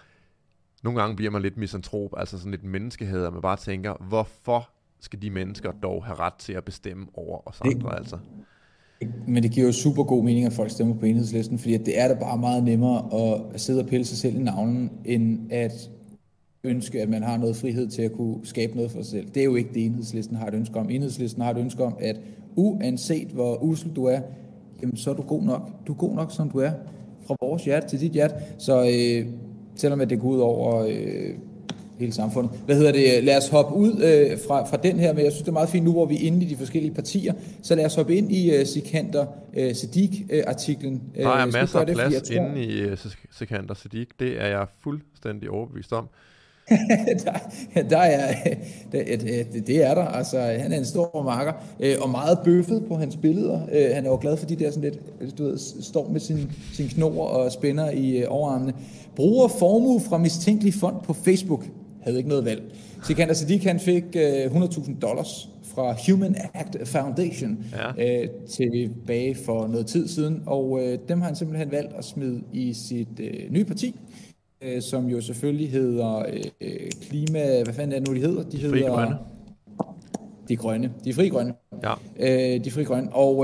nogle gange bliver man lidt misantrop, altså sådan lidt menneskehader, man bare tænker, hvorfor skal de mennesker dog have ret til at bestemme over os andre, det, altså. Men det giver jo super god mening, at folk stemmer på Enhedslisten, fordi det er da bare meget nemmere at sidde og pille sig selv i navlen, end at ønske, at man har noget frihed til at kunne skabe noget for sig selv. Det er jo ikke det, Enhedslisten har et ønske om. Enhedslisten har et ønske om, at uanset hvor usel du er, jamen, så er du god nok. Du er god nok, som du er. Fra vores hjerte til dit hjerte. Så øh, selvom at det går ud over... Øh, hele samfundet. Hvad hedder det? Lad os hoppe ud øh, fra, fra den her, men jeg synes, det er meget fint nu, hvor vi er inde i de forskellige partier, så lad os hoppe ind i uh, Sikander uh, Siddiq-artiklen. Uh, der er masser af plads tror... inde i uh, Sikander Siddiq, det er jeg fuldstændig overbevist om. der, der er, det, det, det er der, altså han er en stor marker, øh, og meget bøffet på hans billeder. Øh, han er jo glad for de der sådan lidt, du ved, står med sin, sin knor og spænder i øh, overarmene. Bruger formue fra mistænkelig fond på Facebook. Havde ikke noget valg. Sikander Siddiq, han fik øh, hundrede tusind dollars fra Human Act Foundation ja. øh, tilbage for noget tid siden, og øh, dem har han simpelthen valgt at smide i sit øh, nye parti, øh, som jo selvfølgelig hedder øh, klima... Hvad fanden er det nu, de hedder? De hedder... Fri Grønne. De grønne. De fri grønne. Ja. Øh, de fri grønne. Og øh,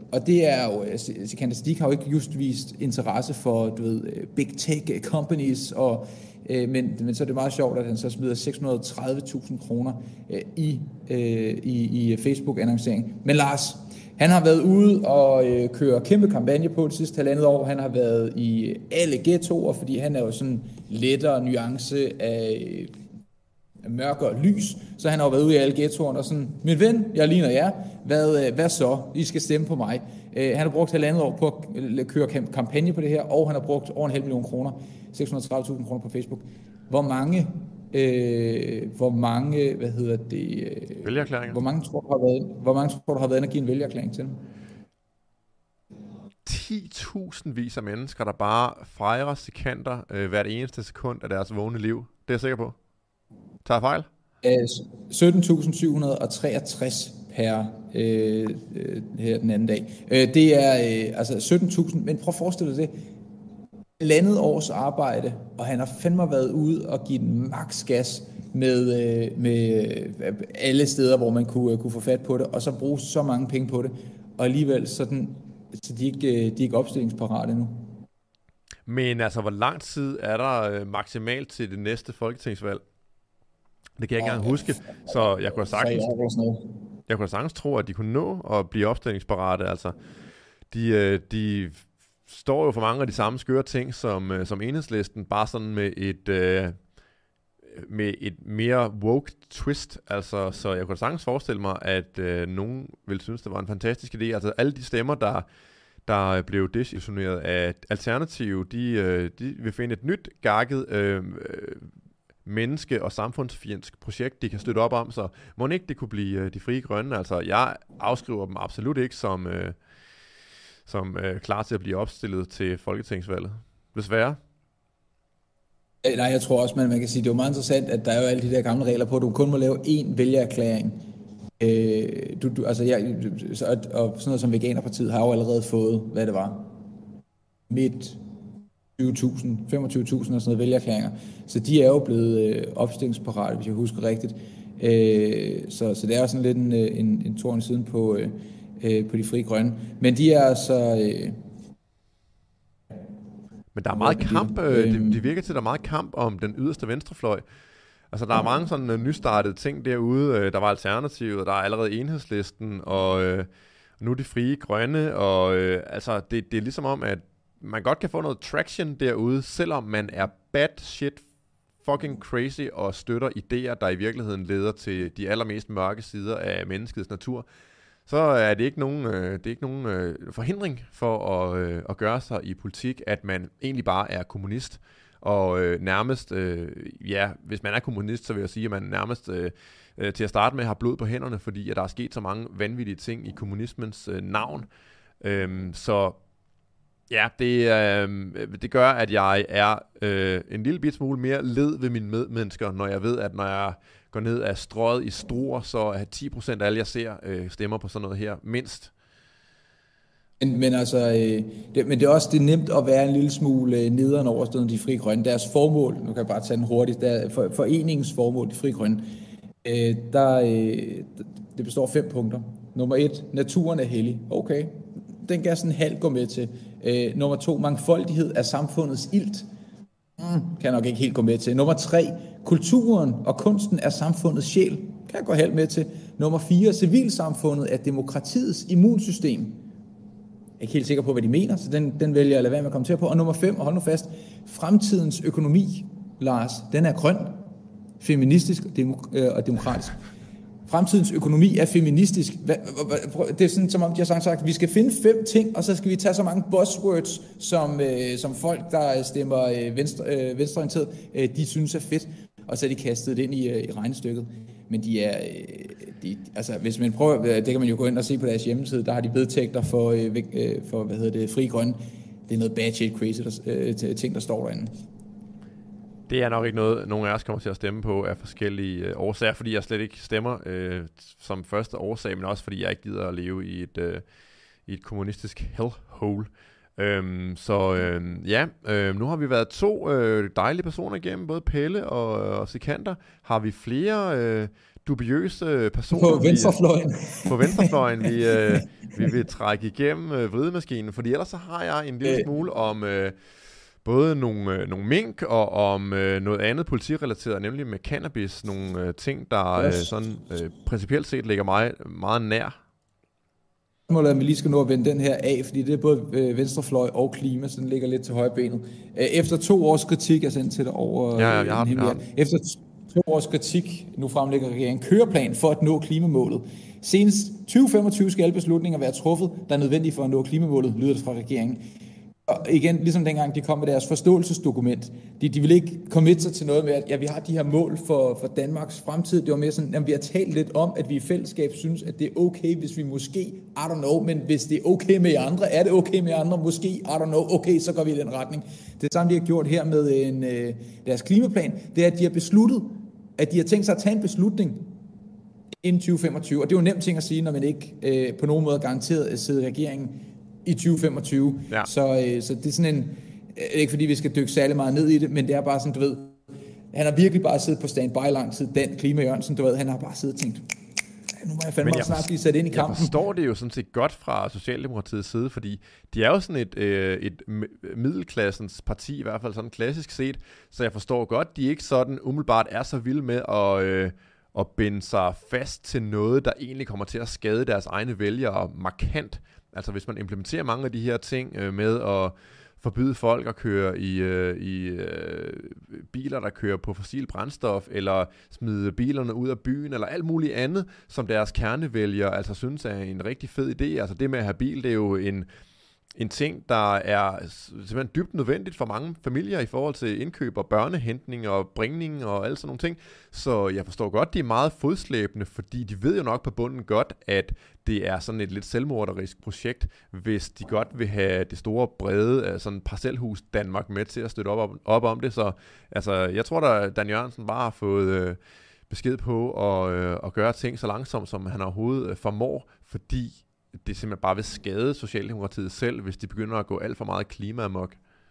og det er jo, Sikander Siddique har jo ikke just vist interesse for, du ved, big tech companies, og, øh, men, men så er det meget sjovt, at han så smider seks hundrede og tredive tusind kroner øh, i, øh, i, i Facebook-annoncering. Men Lars, han har været ude og øh, køre kæmpe kampagne på det sidste halvandet år. Han har været i alle ghettoer, fordi han er jo sådan lettere nuance af mørk og lys, så han har været ude i alle ghettoerne og sådan, min ven, jeg ligner jer, hvad, hvad så? I skal stemme på mig. Uh, han har brugt halvandet år på at køre kampagne på det her, og han har brugt over en halv million kroner, seks hundrede og tredive tusind kroner på Facebook. Hvor mange, uh, hvor mange, hvad hedder det? Uh, vælgererklæringer. Hvor mange tror du har været, hvor mange tror du har været inde at give en vælgererklæring til dem? ti tusind vis af mennesker, der bare fejrer Sikander uh, hvert eneste sekund af deres vågne liv. Det er jeg sikker på. Tager fejl? sytten tusind syv hundrede og treogtres per øh, øh, her den anden dag. Øh, det er øh, altså sytten tusind, men prøv at forestille dig det. Landet års arbejde, og han har fandme været ude og give den maks gas med, øh, med øh, alle steder, hvor man kunne, øh, kunne få fat på det, og så bruge så mange penge på det, og alligevel sådan, så de er ikke, de er ikke opstillingsparate endnu. Men altså, hvor lang tid er der øh, maksimalt til det næste folketingsvalg? Det kan jeg ikke engang huske, så jeg kunne sagtens, jeg kunne sagtens tro, at de kunne nå at blive opstillingsparate. Altså, de, de står jo for mange af de samme skøre ting som, som Enhedslisten, bare sådan med et, med et mere woke twist. Altså, så jeg kunne sagtens forestille mig, at nogen ville synes, det var en fantastisk idé. Altså alle de stemmer, der, der blev desillusioneret af Alternative, de, de vil finde et nyt gakket øh, menneske- og samfundsfjendsk projekt, de kan støtte op om, så må ikke det kunne blive uh, de frie grønne. Altså, jeg afskriver dem absolut ikke som, uh, som uh, klar til at blive opstillet til folketingsvalget. Desværre. Nej, jeg tror også, man, man kan sige, det er jo meget interessant, at der er jo alle de der gamle regler på, at du kun må lave én vælgererklæring. Øh, du, du, altså, jeg, og, og sådan noget som Veganerpartiet har jo allerede fået, hvad det var, midt tyve tusind, femogtyve tusind og sådan noget vælgererklæringer. Så de er jo blevet øh, opstillingsparate, hvis jeg husker rigtigt. Øh, så, så det er jo sådan lidt en, en, en tårn siden på, øh, på de frie grønne. Men de er altså... Øh, Men der er meget kamp, øh, det, det virker til, at der er meget kamp om den yderste venstrefløj. Altså, der er mange sådan uh, nystartede ting derude. Uh, der var Alternativet, der er allerede Enhedslisten, og uh, nu de frie grønne, og uh, altså, det, det er ligesom om, at man godt kan få noget traction derude, selvom man er bad shit fucking crazy og støtter idéer, der i virkeligheden leder til de allermest mørke sider af menneskets natur. Så er det ikke nogen, øh, det er ikke nogen øh, forhindring for at, øh, at gøre sig i politik, at man egentlig bare er kommunist. Og øh, nærmest, øh, ja, hvis man er kommunist, så vil jeg sige, at man nærmest øh, øh, til at starte med har blod på hænderne, fordi at der er sket så mange vanvittige ting i kommunismens øh, navn. Øhm, så ja, det, øh, det gør, at jeg er øh, en lille bit smule mere led ved mine medmennesker, når jeg ved, at når jeg går ned af strøget i Struer, så er ti procent af alle, jeg ser, øh, stemmer på sådan noget her, mindst. Men, men altså, øh, det, men det er også det er nemt at være en lille smule øh, nederen overstående de frie grønne. Deres formål, nu kan jeg bare tage den hurtigt, der, for, foreningens formål, de frie grønne, øh, der, øh, det består af fem punkter. Nummer et, naturen er hellig. Okay, den kan jeg sådan halvt gå med til. Øh, nummer to, mangfoldighed af samfundets ilt. Mm, kan jeg nok ikke helt gå med til. Nummer tre, kulturen og kunsten er samfundets sjæl. Kan jeg gå halvt med til. Nummer fire, civilsamfundet er demokratiets immunsystem. Jeg er ikke helt sikker på, hvad de mener, så den, den vælger jeg at lade være med at kommentere på. Og nummer fem, og hold nu fast, fremtidens økonomi, Lars, den er grøn, feministisk og, demok- øh, og demokratisk. Fremtidens økonomi er feministisk. Det er sådan, som om de har sagt, at vi skal finde fem ting, og så skal vi tage så mange buzzwords, som, øh, som folk, der stemmer øh, venstre, øh, venstreorienteret, øh, de synes er fedt, og så er de kastet det ind i, øh, i regnestykket. Men de er, øh, de, altså hvis man prøver, det kan man jo gå ind og se på deres hjemmeside, der har de vedtægter for, øh, for hvad hedder det, Frie Grønne. Det er noget bad shit crazy der, øh, ting, der står derinde. Det er nok ikke noget, nogen af os kommer til at stemme på af forskellige øh, årsager, fordi jeg slet ikke stemmer øh, som første årsag, men også fordi jeg ikke gider at leve i et, øh, i et kommunistisk hellhole. Øhm, så øh, ja, øh, nu har vi været to øh, dejlige personer igennem, både Pelle og, og Sikander. Har vi flere øh, dubiøse personer. På venstrefløjen. Vi, på venstrefløjen, vi, øh, vi vil trække igennem øh, vridemaskinen, fordi ellers så har jeg en lille smule om øh, både nogle, øh, nogle mink og om øh, noget andet politirelateret, nemlig med cannabis, nogle øh, ting, der øh, sådan øh, principielt set ligger mig meget nær. Målet er, at vi lige skal nå at vende den her af, fordi det er både øh, venstrefløj og klima, så den ligger lidt til højbenet. Øh, efter to års kritik, jeg sendte til dig over... Ja, ja, jeg har den, jeg har den. Efter to års kritik, nu fremlægger regeringen køreplan for at nå klimamålet. Senest tyve femogtyve skal alle beslutninger være truffet, der er nødvendige for at nå klimamålet, lyder det fra regeringen. Og igen, ligesom dengang de kom med deres forståelsesdokument, de, de ville ikke committe sig til noget med, at ja, vi har de her mål for, for Danmarks fremtid. Det var mere sådan, at vi har talt lidt om, at vi i fællesskab synes, at det er okay, hvis vi måske, I don't know, men hvis det er okay med jer andre, er det okay med jer andre, måske, I don't know, okay, så går vi i den retning. Det samme, de har gjort her med en, øh, deres klimaplan, det er, at de har besluttet, at de har tænkt sig at tage en beslutning inden tyve femogtyve, og det er jo nemt ting at sige, når man ikke øh, på nogen måde er garanteret at sidde i regeringen i tyve femogtyve. Ja. Så, øh, så det er sådan en, øh, ikke fordi vi skal dykke særlig meget ned i det, men det er bare sådan, du ved, han har virkelig bare siddet på standby lang tid, Dan Klima Jørgensen, du ved, han har bare siddet og tænkt, nu må jeg fandme jeg snart blive sat ind i kampen. Jeg forstår det jo sådan set godt fra Socialdemokratiets side, fordi de er jo sådan et, øh, et middelklassens parti, i hvert fald sådan klassisk set, så jeg forstår godt, de ikke sådan umiddelbart er så vilde med at, øh, at binde sig fast til noget, der egentlig kommer til at skade deres egne vælgere markant. Altså hvis man implementerer mange af de her ting øh, med at forbyde folk at køre i, øh, i øh, biler, der kører på fossil brændstof, eller smide bilerne ud af byen, eller alt muligt andet, som deres kernevælgere altså synes er en rigtig fed idé. Altså det med at have bil, det er jo en, en ting, der er simpelthen dybt nødvendigt for mange familier i forhold til indkøb og børnehentning og bringning og alle sådan nogle ting. Så jeg forstår godt, de er meget fodslæbende, fordi de ved jo nok på bunden godt, at det er sådan et lidt selvmorderisk projekt, hvis de godt vil have det store, brede sådan parcelhus Danmark med til at støtte op, op, op om det. Så altså, jeg tror, at Dan Jørgensen bare har fået øh, besked på at, øh, at gøre ting så langsomt, som han overhovedet øh, formår, fordi det simpelthen bare vil skade Socialdemokratiet selv, hvis de begynder at gå alt for meget klimaamok.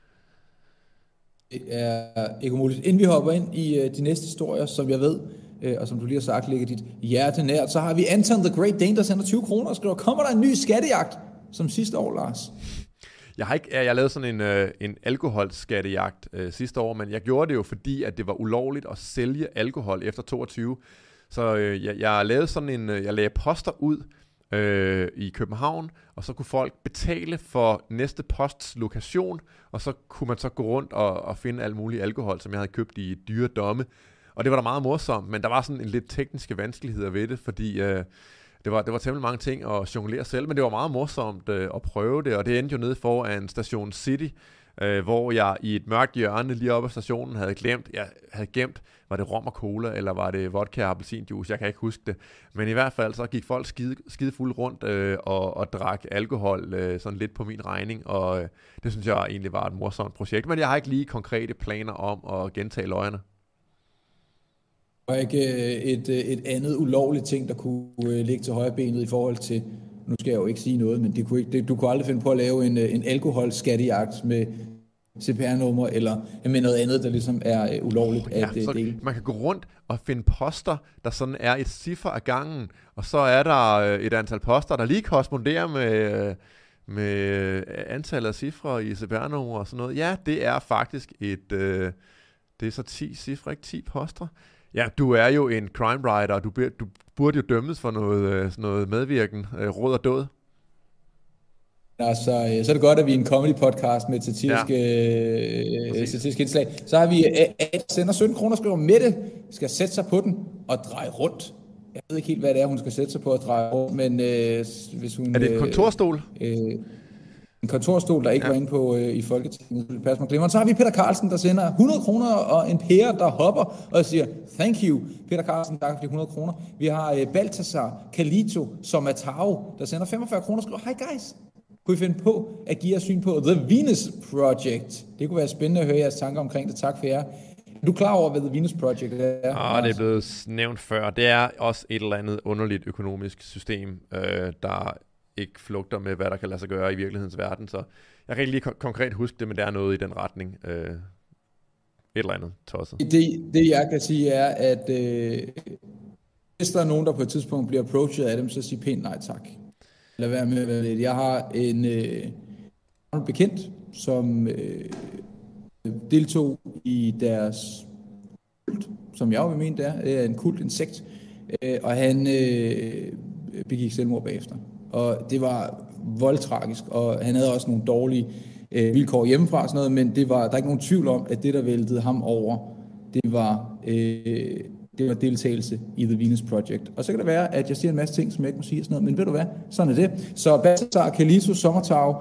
Det er ikke muligt. Inden vi hopper ind i uh, de næste historier, som jeg ved, uh, og som du lige har sagt, ligger dit hjerte nært, så har vi Anton the Great Dane, der sender tyve kroner og skriver, kommer der en ny skattejagt, som sidste år, Lars? Jeg har ikke, jeg lavede sådan en, øh, en alkoholskattejagt øh, sidste år, men jeg gjorde det jo, fordi at det var ulovligt at sælge alkohol efter toogtyve. Så øh, jeg, jeg lavede sådan en, jeg lagde poster ud, Øh, i København, og så kunne folk betale for næste posts lokation, og så kunne man så gå rundt og, og finde alt muligt alkohol, som jeg havde købt i dyre domme, og det var da meget morsomt, men der var sådan en lidt tekniske vanskeligheder ved det, fordi øh, det var, det var temmelig mange ting at jonglere selv, men det var meget morsomt øh, at prøve det, og det endte jo nede foran Station City, øh, hvor jeg i et mørkt hjørne lige oppe af stationen havde glemt, jeg havde gemt, var det rom og cola, eller var det vodka og appelsinjuice, jeg kan ikke huske det. Men i hvert fald så gik folk skide, skide fulde rundt øh, og, og drak alkohol øh, sådan lidt på min regning, og øh, det synes jeg egentlig var et morsomt projekt. Men jeg har ikke lige konkrete planer om at gentage løgene. Der var ikke et, et andet ulovligt ting, der kunne ligge til højrebenet i forhold til, nu skal jeg jo ikke sige noget, men det kunne ikke, det, du kunne aldrig finde på at lave en, en alkoholskattejagt med C P R-nummer, eller med noget andet, der ligesom er uh, ulovligt ja, at uh, dele. Man kan gå rundt og finde poster, der sådan er et ciffer af gangen, og så er der uh, et antal poster, der lige korresponderer med, uh, med antallet af cifre i C P R-nummer og sådan noget. Ja, det er faktisk et, uh, det er så ti cifre, ikke ti poster. Ja, du er jo en crime writer, og du, du burde jo dømmes for noget, sådan noget medvirken, uh, råd og død. Altså, så er det godt, at vi er en comedy-podcast med satiriske, ja. satiriske indslag. Så har vi A, der sender sytten kroner, skriver, Mette skal sætte sig på den og dreje rundt. Jeg ved ikke helt, hvad det er, hun skal sætte sig på at dreje rundt, men øh, hvis hun... Er det et kontorstol? Øh, en kontorstol, der ikke ja. var inde på øh, i Folketinget. Pas mig glemmer. Så har vi Peter Carlsen, der sender hundrede kroner og en pære, der hopper og siger, thank you, Peter Carlsen, tak for de hundrede kroner. Vi har øh, Balthasar Kalito Somatao, der sender femogfyrre kroner og skriver, hi guys. Kunne I finde på at give jer syn på The Venus Project? Det kunne være spændende at høre jeres tanker omkring det. Tak for jer. Er du klar over, hvad The Venus Project er? Ah, det er blevet nævnt før. Det er også et eller andet underligt økonomisk system, øh, der ikke flugter med, hvad der kan lade sig gøre i virkelighedens verden. Så jeg kan ikke lige kon- konkret huske det, men der er noget i den retning. Øh, et eller andet tosset. Det, det jeg kan sige er, at... Øh, hvis der er nogen, der på et tidspunkt bliver approachet af dem, så sig pænt nej tak. Lad være med at være lidt. Jeg har en, øh, en bekendt, som øh, deltog i deres kult, som jeg jo vil mene, det er, det er en kult, en sekt, øh, og han øh, begik selvmord bagefter. Og det var voldtragisk, og han havde også nogle dårlige øh, vilkår hjemmefra og sådan noget, men det var, der er ikke nogen tvivl om, at det, der væltede ham over, det var, øh, det var deltagelse i The Venus Project. Og så kan det være, at jeg siger en masse ting, som jeg ikke må sige og sådan noget, men ved du hvad, sådan er det. Så Balthazar, Kalito, Sommertag,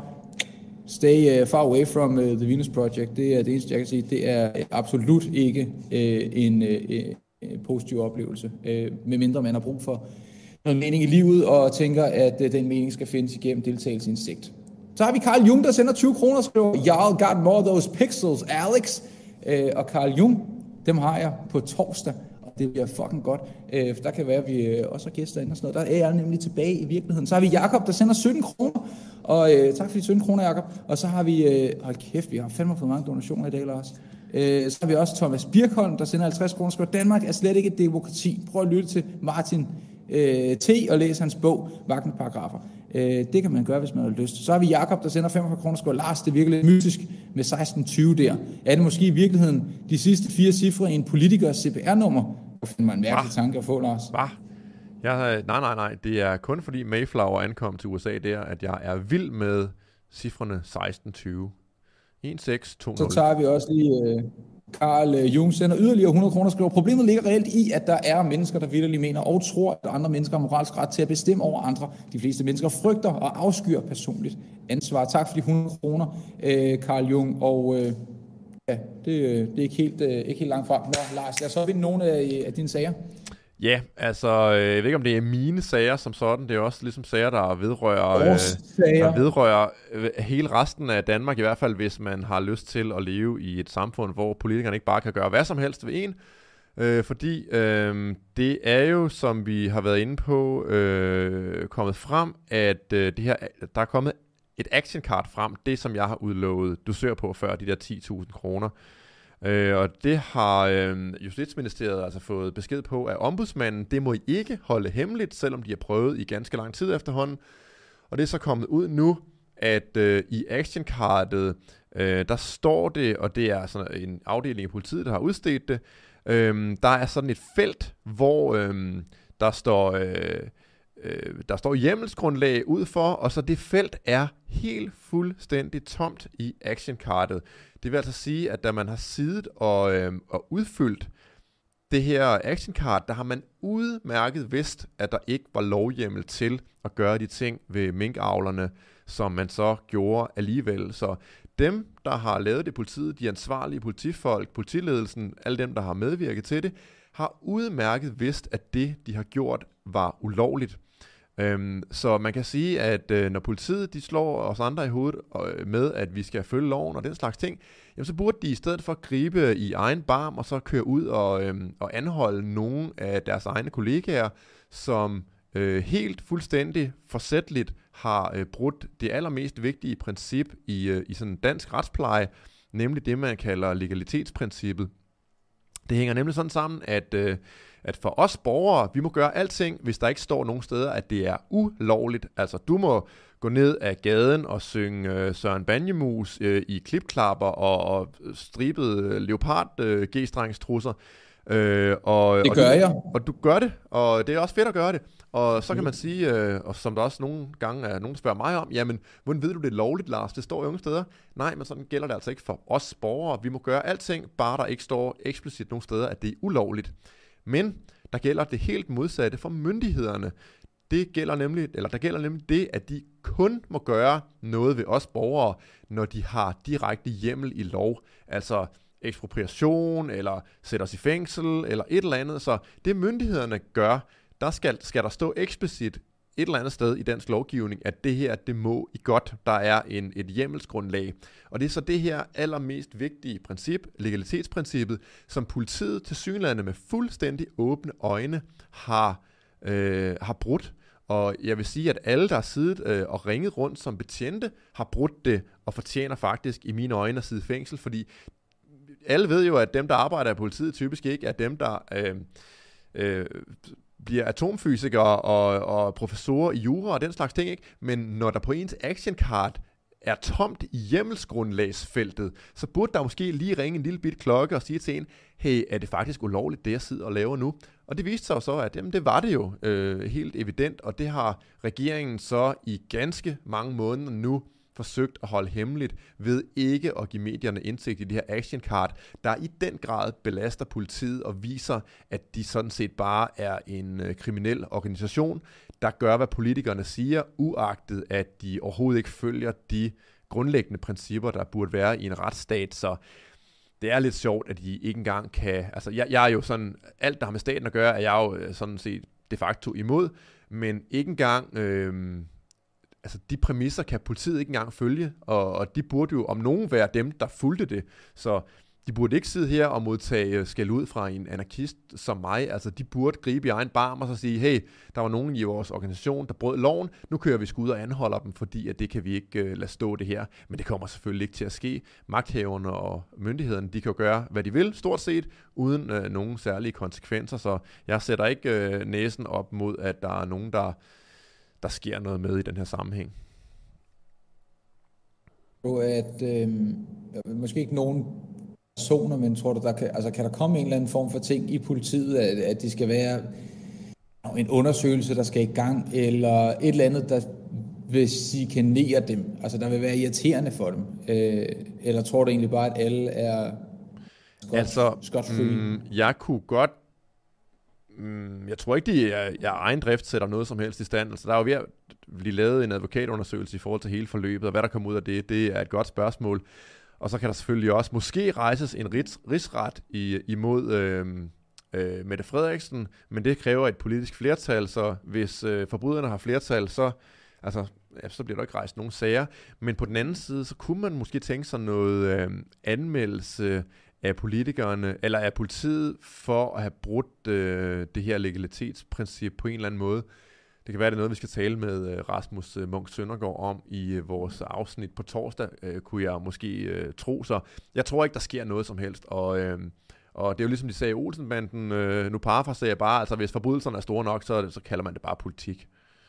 stay uh, far away from uh, The Venus Project. Det er det eneste, jeg kan sige. Det er absolut ikke uh, en uh, positiv oplevelse, uh, medmindre man har brug for noget mening i livet, og tænker, at uh, den mening skal findes igennem deltagelse i en sekt. Så har vi Carl Jung, der sender tyve kroner og skriver, y'all got more of those pixels, Alex. Uh, og Carl Jung, dem har jeg på torsdag, og det bliver fucking godt. Uh, for der kan være, at vi uh, også har gæster inde og sådan noget. Der er jeg nemlig tilbage i virkeligheden. Så har vi Jakob, der sender sytten kroner. Og øh, tak for de sytten kroner, Jacob. Og så har vi, øh, hold kæft, vi har fandme fået mange donationer i dag, Lars. Øh, så har vi også Thomas Birkholm, der sender halvtreds kroner. Skriver, Danmark er slet ikke et demokrati. Prøv at lytte til Martin øh, T. og læse hans bog, Vagtens Paragrafer. Øh, det kan man gøre, hvis man har lyst. Så har vi Jakob, der sender femogfyrre kroner. Skriver, Lars, det er virkelig lidt mytisk med seksten tyve der. Er det måske i virkeligheden de sidste fire cifre i en politikers C P R-nummer? Det finder man en mærkelig tanke at få, Lars. Hva? Jeg, nej, nej, nej. Det er kun fordi Mayflower ankom til U S A der, at jeg er vild med cifrene seksten tyve. en seks to nul. Så tager vi også lige uh, Carl uh, Jung sender yderligere hundrede kroner, skriver, problemet ligger reelt i, at der er mennesker, der vitterligt mener og tror, at andre mennesker har moralsk ret til at bestemme over andre. De fleste mennesker frygter og afskyr personligt ansvar. Tak for de hundrede kroner, uh, Carl Jung. Og uh, ja, det, det er ikke helt, uh, ikke helt langt fra. Nå, Lars, lad os så vinde nogle af, af dine sager. Ja, altså, jeg ved ikke, om det er mine sager som sådan. Det er også ligesom sager, der vedrører, øh, der vedrører hele resten af Danmark, i hvert fald hvis man har lyst til at leve i et samfund, hvor politikerne ikke bare kan gøre hvad som helst ved en. Øh, fordi øh, det er jo, som vi har været inde på, øh, kommet frem, at øh, det her, der er kommet et action card frem, det som jeg har udlovet dusør på før, de der ti tusind kroner. Øh, og det har øh, Justitsministeriet altså fået besked på af ombudsmanden. Det må I ikke holde hemmeligt, selvom de har prøvet i ganske lang tid efterhånden. Og det er så kommet ud nu, at øh, i actioncardet, øh, der står det, og det er sådan en afdeling i politiet, der har udstedt det, øh, der er sådan et felt, hvor øh, der står... Øh, Øh, der står hjemmelsgrundlag ud for, og så det felt er helt fuldstændig tomt i actioncardet. Det vil altså sige, at da man har siddet og, øh, og udfyldt det her actioncard, der har man udmærket vidst, at der ikke var lovhjemmel til at gøre de ting ved minkavlerne, som man så gjorde alligevel. Så dem, der har lavet det i politiet, de ansvarlige politifolk, politiledelsen, alle dem, der har medvirket til det, har udmærket vidst, at det, de har gjort, var ulovligt. Øhm, så man kan sige, at øh, når politiet de slår os andre i hovedet øh, med, at vi skal følge loven og den slags ting, jamen, så burde de i stedet for gribe i egen barm og så køre ud og, øh, og anholde nogle af deres egne kollegaer, som øh, helt fuldstændig forsætligt har øh, brudt det allermest vigtige princip i, øh, i sådan en dansk retspleje, nemlig det, man kalder legalitetsprincippet. Det hænger nemlig sådan sammen, at, øh, at for os borgere, vi må gøre alting, hvis der ikke står nogen steder, at det er ulovligt. Altså, du må gå ned ad gaden og synge øh, Søren Banjemus øh, i klipklapper og, og stribede leopard øh, G-strengstrusser. Øh, og, det og gør du, jeg. Og du gør det, og det er også fedt at gøre det. Og så kan man sige, øh, og som der også nogle gange er nogen, der spørger mig om, jamen, hvordan ved du det er lovligt, Lars? Det står jo nogle steder. Nej, men sådan gælder det altså ikke for os borgere. Vi må gøre alting, bare der ikke står eksplicit nogle steder, at det er ulovligt. Men der gælder det helt modsatte for myndighederne. Det gælder nemlig, eller der gælder nemlig det, at de kun må gøre noget ved os borgere, når de har direkte hjemmel i lov. Altså ekspropriation, eller sætte os i fængsel, eller et eller andet. Så det myndighederne gør, der skal, skal der stå eksplicit et eller andet sted i dansk lovgivning, at det her, det må I godt. Der er en, et hjemmelsgrundlag. Og det er så det her allermest vigtige princip, legalitetsprincippet, som politiet tilsyneladende med fuldstændig åbne øjne har, øh, har brudt. Og jeg vil sige, at alle, der har siddet øh, og ringet rundt som betjente, har brudt det, og fortjener faktisk i mine øjne at sidde i fængsel, fordi alle ved jo, at dem, der arbejder i politiet, typisk ikke er dem, der øh, øh, bliver atomfysikere og, og professorer i jura og den slags ting, ikke? Men når der på ens action card er tomt i hjemmelsgrundlagsfeltet, så burde der måske lige ringe en lille bit klokke og sige til en, hey, er det faktisk ulovligt, det jeg sidder og laver nu? Og det viste sig så, at jamen, det var det jo øh, helt evident, og det har regeringen så i ganske mange måneder nu forsøgt at holde hemmeligt ved ikke at give medierne indsigt i det her action card, der i den grad belaster politiet og viser, at de sådan set bare er en øh, kriminel organisation, der gør, hvad politikerne siger, uagtet at de overhovedet ikke følger de grundlæggende principper, der burde være i en retsstat. Så det er lidt sjovt, at de ikke engang kan... Altså, jeg, jeg er jo sådan... Alt, der har med staten at gøre, er jeg jo sådan set de facto imod, men ikke engang... Øh, altså, de præmisser kan politiet ikke engang følge, og, og de burde jo om nogen være dem, der fulgte det. Så de burde ikke sidde her og modtage skæld ud fra en anarkist som mig. Altså, de burde gribe i egen barm og så sige, hey, der var nogen i vores organisation, der brød loven. Nu kører vi sgu ud og anholder dem, fordi at det kan vi ikke uh, lade stå det her. Men det kommer selvfølgelig ikke til at ske. Magthaverne og myndighederne, de kan jo gøre, hvad de vil, stort set, uden uh, nogen særlige konsekvenser. Så jeg sætter ikke uh, næsen op mod, at der er nogen, der, der sker noget med i den her sammenhæng. At øh, måske ikke nogen personer, men tror du, der kan, altså, kan der komme en eller anden form for ting i politiet, at, at det skal være en undersøgelse, der skal i gang, eller et eller andet, der vil chikanere dem, altså der vil være irriterende for dem, øh, eller tror du egentlig bare, at alle er scot, altså, scot-free? Mm, jeg kunne godt, mm, jeg tror ikke, de er, jeg egen drift sætter noget som helst i stand, altså der er jo ved at blive lavet en advokatundersøgelse i forhold til hele forløbet, og hvad der kommer ud af det, det er et godt spørgsmål. Og så kan der selvfølgelig også måske rejses en rigs, rigsret i, imod øh, øh, Mette Frederiksen, men det kræver et politisk flertal, så hvis øh, forbryderne har flertal, så, altså, ja, så bliver der ikke rejst nogen sager. Men på den anden side, så kunne man måske tænke sig noget øh, anmeldelse af politikerne, eller af politiet, for at have brudt øh, det her legalitetsprincip på en eller anden måde. Det kan være, det er noget, vi skal tale med Rasmus Munch Søndergaard om i vores afsnit på torsdag, øh, kunne jeg måske øh, tro. Så jeg tror ikke, der sker noget som helst. Og, øh, og det er jo ligesom de sagde i Olsenbanden, øh, nu parafraserer jeg bare, altså hvis forbrydelserne er store nok, så, så kalder man det bare politik.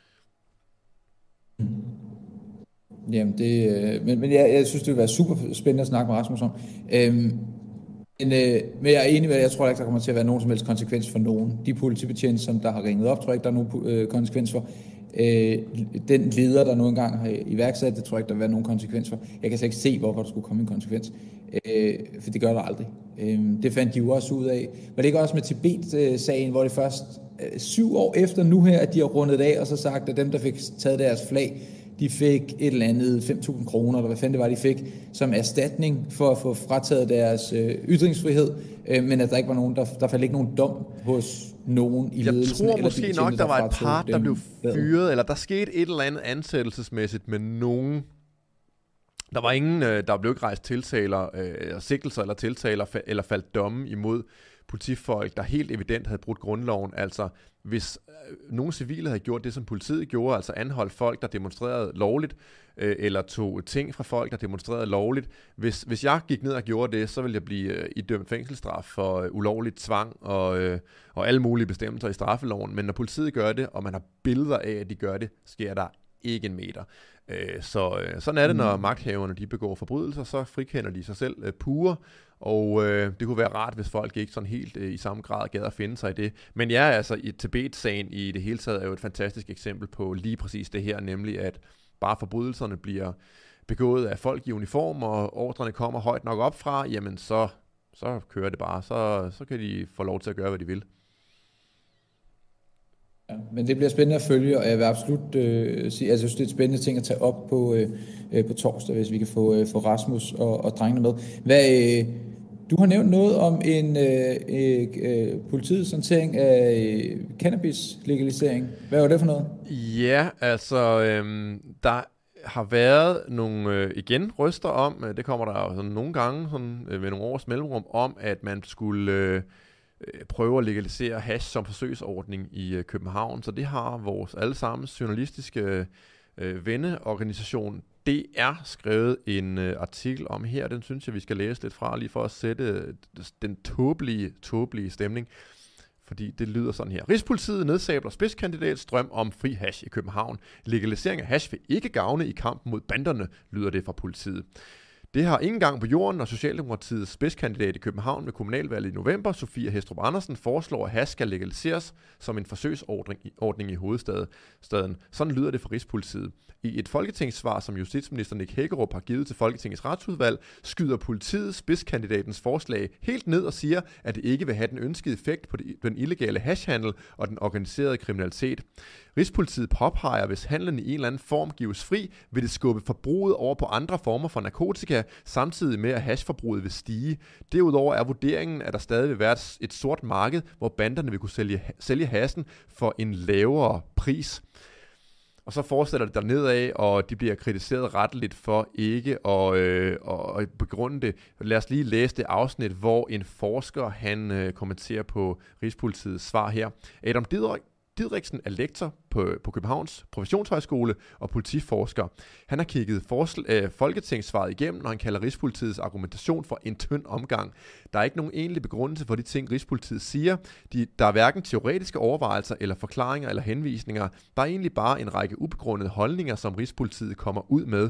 Jamen, det, øh, men, men jeg, jeg synes, det vil være super spændende at snakke med Rasmus om. Øhm, Men, øh, men jeg er enig med, at jeg tror ikke, der kommer til at være nogen som helst konsekvens for nogen. De politibetjente, som der har ringet op, tror jeg ikke, der er nogen øh, konsekvens for. Øh, den leder, der nu engang har iværksat, det tror jeg ikke, der vil være nogen konsekvens for. Jeg kan slet ikke se, hvorfor der skulle komme en konsekvens. Øh, for det gør der aldrig. Øh, det fandt de jo også ud af. Men det gør også med Tibet-sagen, hvor det først øh, syv år efter nu her, at de har rundet af og så sagt, at dem, der fik taget deres flag, de fik et eller andet fem tusind kroner, eller hvad fanden det var, de fik, som erstatning for at få frataget deres øh, ytringsfrihed, øh, men at der ikke var nogen, der, der faldt ikke nogen dom hos nogen i ledelsen. Jeg tror måske nok, der var et par, der blev fyret, eller der skete et eller andet ansættelsesmæssigt med nogen. Der var ingen, der blev ikke rejst tiltaler, øh, sigtelser eller tiltaler, eller faldt domme imod politifolk, der helt evident havde brudt grundloven. Altså, hvis øh, nogle civile havde gjort det, som politiet gjorde, altså anholdt folk, der demonstrerede lovligt, øh, eller tog ting fra folk, der demonstrerede lovligt. Hvis, hvis jeg gik ned og gjorde det, så ville jeg blive øh, idømt fængselsstraf for øh, ulovligt tvang og, øh, og alle mulige bestemmelser i straffeloven. Men når politiet gør det, og man har billeder af, at de gør det, sker der ikke en meter. Øh, så øh, sådan er det, når magthaverne de begår forbrydelser, så frikender de sig selv øh, pure, og øh, det kunne være rart, hvis folk ikke sådan helt øh, i samme grad gad at finde sig i det. Men ja, altså i Tibet-sagen i det hele taget er jo et fantastisk eksempel på lige præcis det her, nemlig at bare forbrydelserne bliver begået af folk i uniform, og ordrene kommer højt nok op fra, jamen så, så kører det bare, så, så kan de få lov til at gøre, hvad de vil. Ja, men det bliver spændende at følge, og jeg vil absolut øh, sige, altså jeg synes, det er et spændende ting at tage op på, øh, på torsdag, hvis vi kan få, øh, få Rasmus og, og drengene med. Hvad, øh, du har nævnt noget om en øh, øh, politiets håndtering af øh, cannabis-legalisering. Hvad var det for noget? Ja, altså, øh, der har været nogle, øh, igen, røster om, øh, det kommer der jo sådan nogle gange sådan, øh, ved nogle års mellemrum, om at man skulle øh, prøve at legalisere hash som forsøgsordning i øh, København. Så det har vores allesammens journalistiske øh, venneorganisation D R skrevet en øh, artikel om her. Den synes jeg, vi skal læse lidt fra, lige for at sætte den tåbelige, tåbelige stemning. fordi det lyder sådan her. Rigspolitiet nedsabler spidskandidat drøm om fri hash i København. Legalisering af hash vil ikke gavne i kampen mod banderne, lyder det fra politiet. Det har ingen gang på jorden, når Socialdemokratiets spidskandidat i København ved kommunalvalget i november, Sofie Hæstrup Andersen, foreslår, at hash skal legaliseres som en forsøgsordning i hovedstaden. Sådan lyder det fra Rigspolitiet. I et folketingssvar, som justitsminister Nick Hækkerup har givet til Folketingets retsudvalg, skyder politiet spidskandidatens forslag helt ned og siger, at det ikke vil have den ønskede effekt på den illegale hashhandel og den organiserede kriminalitet. Rigspolitiet påpeger, at hvis handlen i en eller anden form gives fri, vil det skubbe forbruget over på andre former for narkotika, samtidig med at hashforbruget vil stige. Derudover er vurderingen, at der stadig vil være et sort marked, hvor banderne vil kunne sælge, sælge hashen for en lavere pris. Og så fortsætter det der nedad, og de bliver kritiseret retteligt for ikke at, øh, at begrunde det. Lad os lige læse det afsnit, hvor en forsker han øh, kommenterer på Rigspolitiets svar her. Adam Didrik Didriksen er lektor på, på Københavns Professionshøjskole og politiforsker. Han har kigget forsl- øh, folketingssvaret igennem, når han kalder Rigspolitiets argumentation for en tynd omgang. Der er ikke nogen egentlig begrundelse for de ting, Rigspolitiet siger. De, der er hverken teoretiske overvejelser eller forklaringer eller henvisninger. Der er egentlig bare en række ubegrundede holdninger, som Rigspolitiet kommer ud med.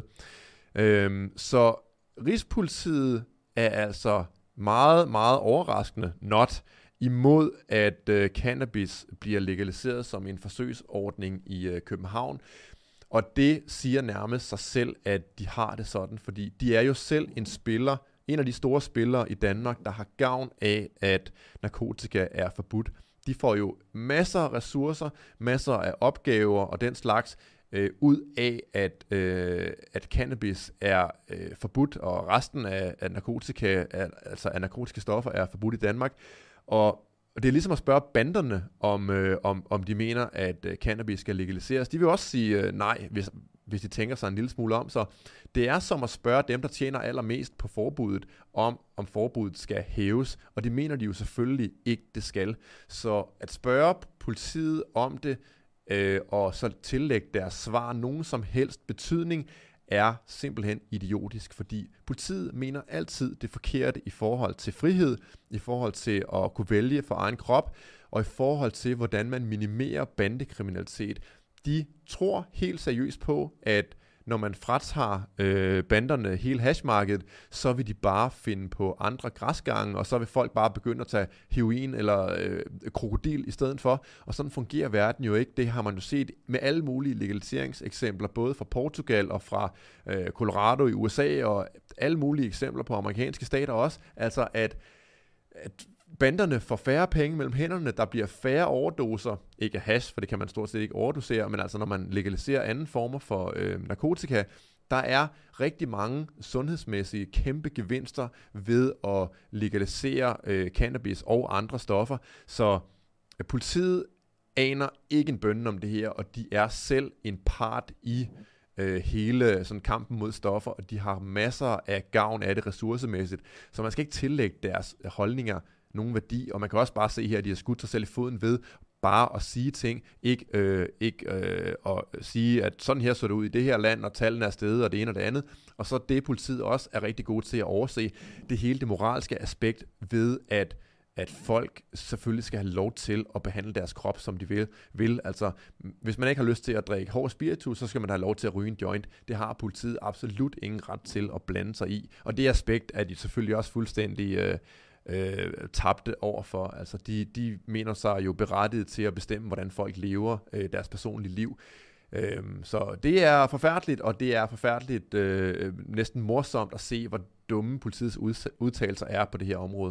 Øhm, så Rigspolitiet er altså meget, meget overraskende not imod, at øh, cannabis bliver legaliseret som en forsøgsordning i øh, København. Og det siger nærmest sig selv, at de har det sådan, fordi de er jo selv en spiller, en af de store spillere i Danmark, der har gavn af, at narkotika er forbudt. De får jo masser af ressourcer, masser af opgaver og den slags, øh, ud af, at, øh, at cannabis er øh, forbudt, og resten af, af narkotika, er, altså af narkotiske stoffer, er forbudt i Danmark. Og det er ligesom at spørge banderne, om, øh, om, om de mener, at øh, cannabis skal legaliseres. De vil også sige øh, nej, hvis, hvis de tænker sig en lille smule om. Så det er som at spørge dem, der tjener allermest på forbuddet, om om forbuddet skal hæves. Og det mener de jo selvfølgelig ikke, det skal. Så at spørge politiet om det, øh, og så tillægge deres svar nogen som helst betydning, er simpelthen idiotisk, fordi politiet mener altid det forkerte i forhold til frihed, i forhold til at kunne vælge for egen krop, og i forhold til, hvordan man minimerer bandekriminalitet. De tror helt seriøst på, at når man fratager øh, banderne hele hashmarkedet, så vil de bare finde på andre græsgange, og så vil folk bare begynde at tage heroin eller øh, krokodil i stedet for. Og sådan fungerer verden jo ikke. Det har man jo set med alle mulige legaliseringseksempler, både fra Portugal og fra øh, Colorado i U S A, og alle mulige eksempler på amerikanske stater også. Altså at, at banderne får færre penge mellem hænderne, der bliver færre overdoser, ikke af hash, for det kan man stort set ikke overdosere, men altså når man legaliserer anden former for øh, narkotika, der er rigtig mange sundhedsmæssige kæmpe gevinster ved at legalisere øh, cannabis og andre stoffer, så øh, politiet aner ikke en bønne om det her, og de er selv en part i øh, hele sådan kampen mod stoffer, og de har masser af gavn af det ressourcemæssigt, så man skal ikke tillægge deres holdninger nogen værdi, og man kan også bare se her, at de har skudt sig selv i foden ved bare at sige ting, ikke, øh, ikke øh, at sige, at sådan her så det ud i det her land, og tallene er steget, og det ene og det andet, og så det politiet også er rigtig gode til at overse, det hele det moralske aspekt ved, at at folk selvfølgelig skal have lov til at behandle deres krop, som de vil. vil. Altså, hvis man ikke har lyst til at drikke hård spiritus, så skal man have lov til at ryge en joint. Det har politiet absolut ingen ret til at blande sig i, og det aspekt er de selvfølgelig også fuldstændig øh, Øh, tabte overfor. Altså de, de mener sig jo berettiget til at bestemme, hvordan folk lever øh, deres personlige liv. Øh, så det er forfærdeligt, og det er forfærdeligt øh, næsten morsomt at se, hvor dumme politiets udtalelser er på det her område.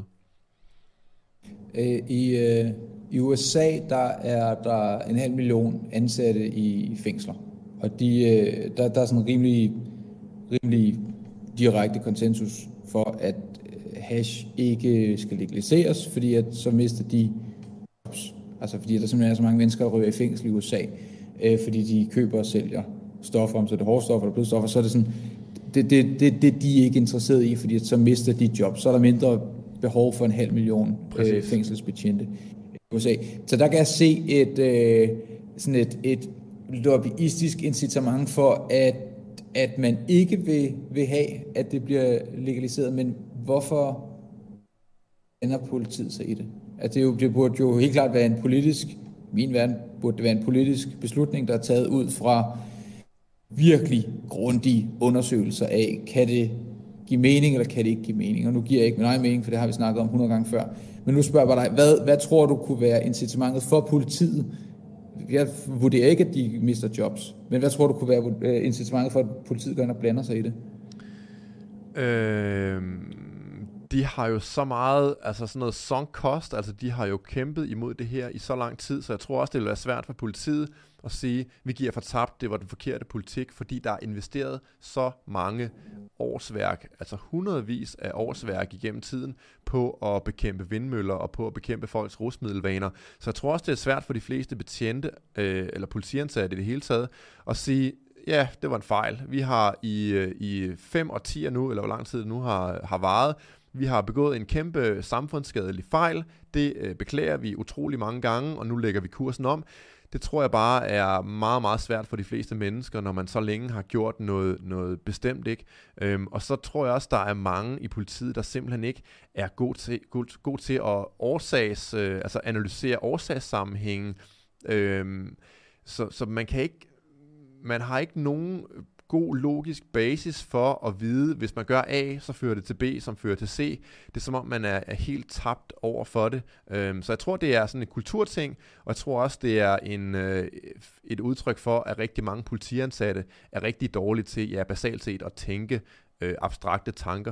I, øh, i U S A der er der en halv million ansatte i, i fængsler, og de, øh, der, der er sådan en rimelig, rimelig direkte konsensus for, at hash ikke skal legaliseres, fordi at så mister de jobs. Altså fordi der simpelthen er så mange mennesker, der ryger i fængsel i U S A, øh, fordi de køber og sælger stoffer, om så er det hårdstoffer eller blodstoffer, så er det sådan, det, det, det, det de er ikke interesseret i, fordi at så mister de job. Så er der mindre behov for en halv million øh, fængselsbetjente i U S A. Så der kan jeg se et, øh, sådan et, et lobbyistisk incitament for, at, at man ikke vil, vil have, at det bliver legaliseret, men hvorfor ender politiet sig i det? At det, jo, det burde jo helt klart være en politisk, i min verden burde det være en politisk beslutning, der er taget ud fra virkelig grundige undersøgelser af, kan det give mening, eller kan det ikke give mening? Og nu giver jeg ikke min egen mening, for det har vi snakket om hundrede gange før. Men nu spørger jeg bare dig, hvad, hvad tror du kunne være incitamentet for politiet? Jeg vurderer ikke, at de mister jobs, men hvad tror du kunne være incitamentet for, at politiet går ind og blander sig i det? Øh, de har jo så meget, altså sådan noget sunk cost, altså de har jo kæmpet imod det her i så lang tid, så jeg tror også, det vil være svært for politiet at sige, vi giver for tabt, det var den forkerte politik, fordi der er investeret så mange årsværk, altså hundredvis af årsværk igennem tiden, på at bekæmpe vindmøller og på at bekæmpe folks rusmiddelvaner. Så jeg tror også, det er svært for de fleste betjente, øh, eller politiansatte i det hele taget, at sige, ja, det var en fejl. Vi har i, i fem årtier nu, eller hvor lang tid det nu har, har varet, vi har begået en kæmpe samfundsskadelig fejl. Det øh, beklager vi utrolig mange gange, og nu lægger vi kursen om. Det tror jeg bare er meget, meget svært for de fleste mennesker, når man så længe har gjort noget, noget bestemt, ikke? Øhm, og så tror jeg også, der er mange i politiet, der simpelthen ikke er god til, god, god til at årsags, øh, altså analysere årsagssammenhængen. Øhm, så, så man kan ikke, man har ikke nogen god logisk basis for at vide, hvis man gør A, så fører det til B, som fører til C. Det er som om, man er, er helt tabt over for det. Øhm, så jeg tror, det er sådan en kulturting, og jeg tror også, det er en, øh, et udtryk for, at rigtig mange politiansatte er rigtig dårlige til, ja, basalt set at tænke øh, abstrakte tanker.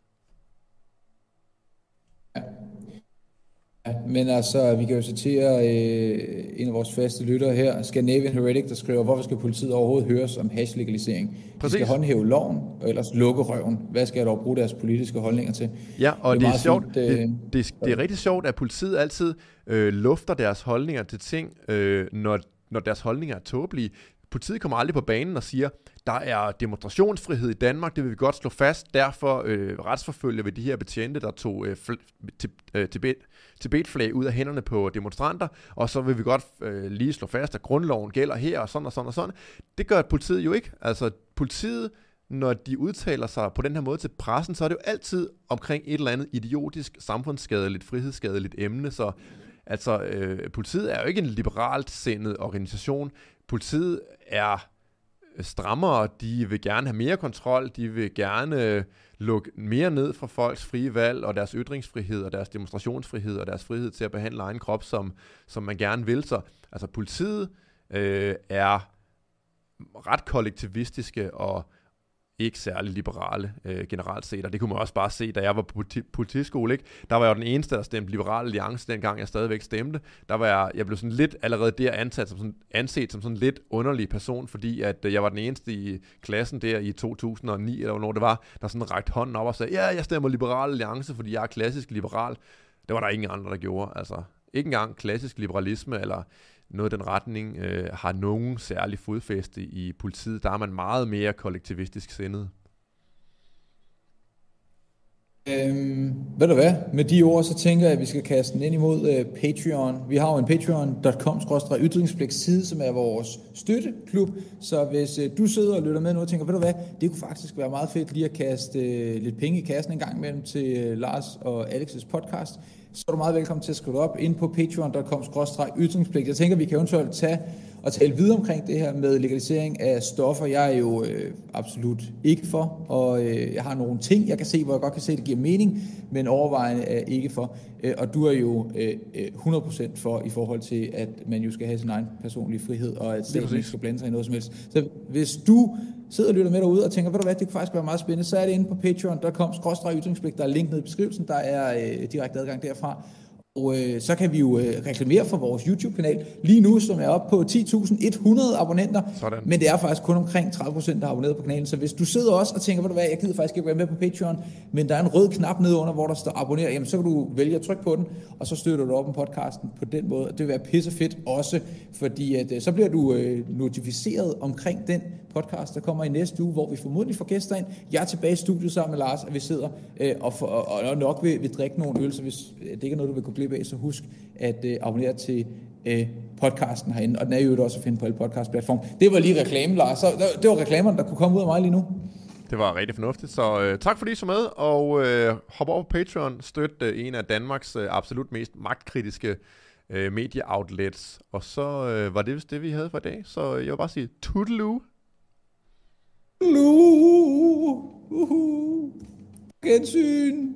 Ja. Men altså, vi kan jo citere øh, en af vores faste lyttere her, Scandinavian Heretic, der skriver, hvorfor skal politiet overhovedet høres om hash-legalisering? De skal håndhæve loven, og ellers lukke røven. Hvad skal jeg dog bruge deres politiske holdninger til? Ja, og det er, det er sjovt. Fint, øh, det, det, det er rigtig sjovt, at politiet altid øh, lufter deres holdninger til ting, øh, når, når deres holdninger er tåbelige. Politiet kommer aldrig på banen og siger, der er demonstrationsfrihed i Danmark, det vil vi godt slå fast, derfor øh, retsforfølger vi de her betjente, der tog øh, øh, Tibet-flag ud af hænderne på demonstranter, og så vil vi godt øh, lige slå fast, at grundloven gælder her, og sådan og sådan og sådan. Det gør politiet jo ikke. Altså politiet, når de udtaler sig på den her måde til pressen, så er det jo altid omkring et eller andet idiotisk, samfundsskadeligt, frihedsskadeligt emne, så altså øh, politiet er jo ikke en liberalt sindet organisation. Politiet er strammere, de vil gerne have mere kontrol, de vil gerne lukke mere ned fra folks frie valg og deres ytringsfrihed og deres demonstrationsfrihed og deres frihed til at behandle egen krop, som, som man gerne vil. Så altså politiet øh, er ret kollektivistiske og ikke særlig liberale øh, generelt set, og det kunne man også bare se, da jeg var på politi- politiskole, ikke? Der var jeg jo den eneste, der stemte Liberal Alliance, dengang jeg stadigvæk stemte. Der var jeg, jeg blev sådan lidt allerede der ansat som sådan, anset som sådan en lidt underlig person, fordi at øh, jeg var den eneste i klassen der i to tusind og ni, eller hvornår det var, der sådan rakte hånden op og sagde, ja, jeg stemmer Liberal Alliance, fordi jeg er klassisk liberal. Det var der ingen andre, der gjorde, altså. Ikke engang klassisk liberalisme, eller noget i den retning, øh, har nogen særlig fodfæste i politiet. Der er man meget mere kollektivistisk sindet. Øhm, ved du hvad? Med de ord, så tænker jeg, at vi skal kaste den ind imod øh, Patreon. Vi har jo en patreon punktum com skråstreg ytringspligt side, som er vores støtteklub. Så hvis øh, du sidder og lytter med nu og tænker, ved du hvad, det kunne faktisk være meget fedt lige at kaste øh, lidt penge i kassen en gang imellem til øh, Lars og Alex's podcast, så er du meget velkommen til at skrive op ind på patreon punktum com skråstreg ytringspligt. Jeg tænker, vi kan eventuelt tage og tale videre omkring det her med legalisering af stoffer. Jeg er jo øh, absolut ikke for, og øh, jeg har nogle ting, jeg kan se, hvor jeg godt kan se, at det giver mening, men overvejende er ikke for. Øh, og du er jo øh, hundrede procent for i forhold til, at man jo skal have sin egen personlige frihed, og at staten ikke skal blande sig i noget som helst. Så hvis du sidder og lytter med derude og tænker, ved du hvad, det kan faktisk være meget spændende, så er det inde på patreon punktum com skråstreg ytringspligt. Der er link ned i beskrivelsen, der er øh, direkte adgang derfra. Og øh, så kan vi jo øh, reklamere for vores YouTube-kanal lige nu, som er oppe på ti tusind et hundrede abonnenter. Sådan. Men det er faktisk kun omkring tredive procent, der er abonneret på kanalen. Så hvis du sidder også og tænker, ved du hvad, jeg gider faktisk ikke være med på Patreon, men der er en rød knap nede under, hvor der står abonner, jamen så kan du vælge at trykke på den, og så støtter du op om podcasten på den måde. Det vil være pissefedt også, fordi at, øh, så bliver du øh, notificeret omkring den podcast, der kommer i næste uge, hvor vi formodentlig får gæster ind. Jeg er tilbage i studiet sammen med Lars, og vi sidder øh, og, for, og, og nok vil, vil drikke nogle øl, så hvis det ikke er noget, du vil gå glip af, så husk at øh, abonnere til øh, podcasten herinde, og den er jo også at finde på alle podcastplatformer. Det var lige reklame, Lars. Så det var reklamerne, der kunne komme ud af mig lige nu. Det var rigtig fornuftigt, så øh, tak fordi I så med, og øh, hop over på Patreon, støt øh, en af Danmarks øh, absolut mest magtkritiske øh, medieoutlets, og så øh, var det vist det, vi havde for i dag, så jeg vil bare sige toodaloo. Toodaloo. Uhuh. Gensyn.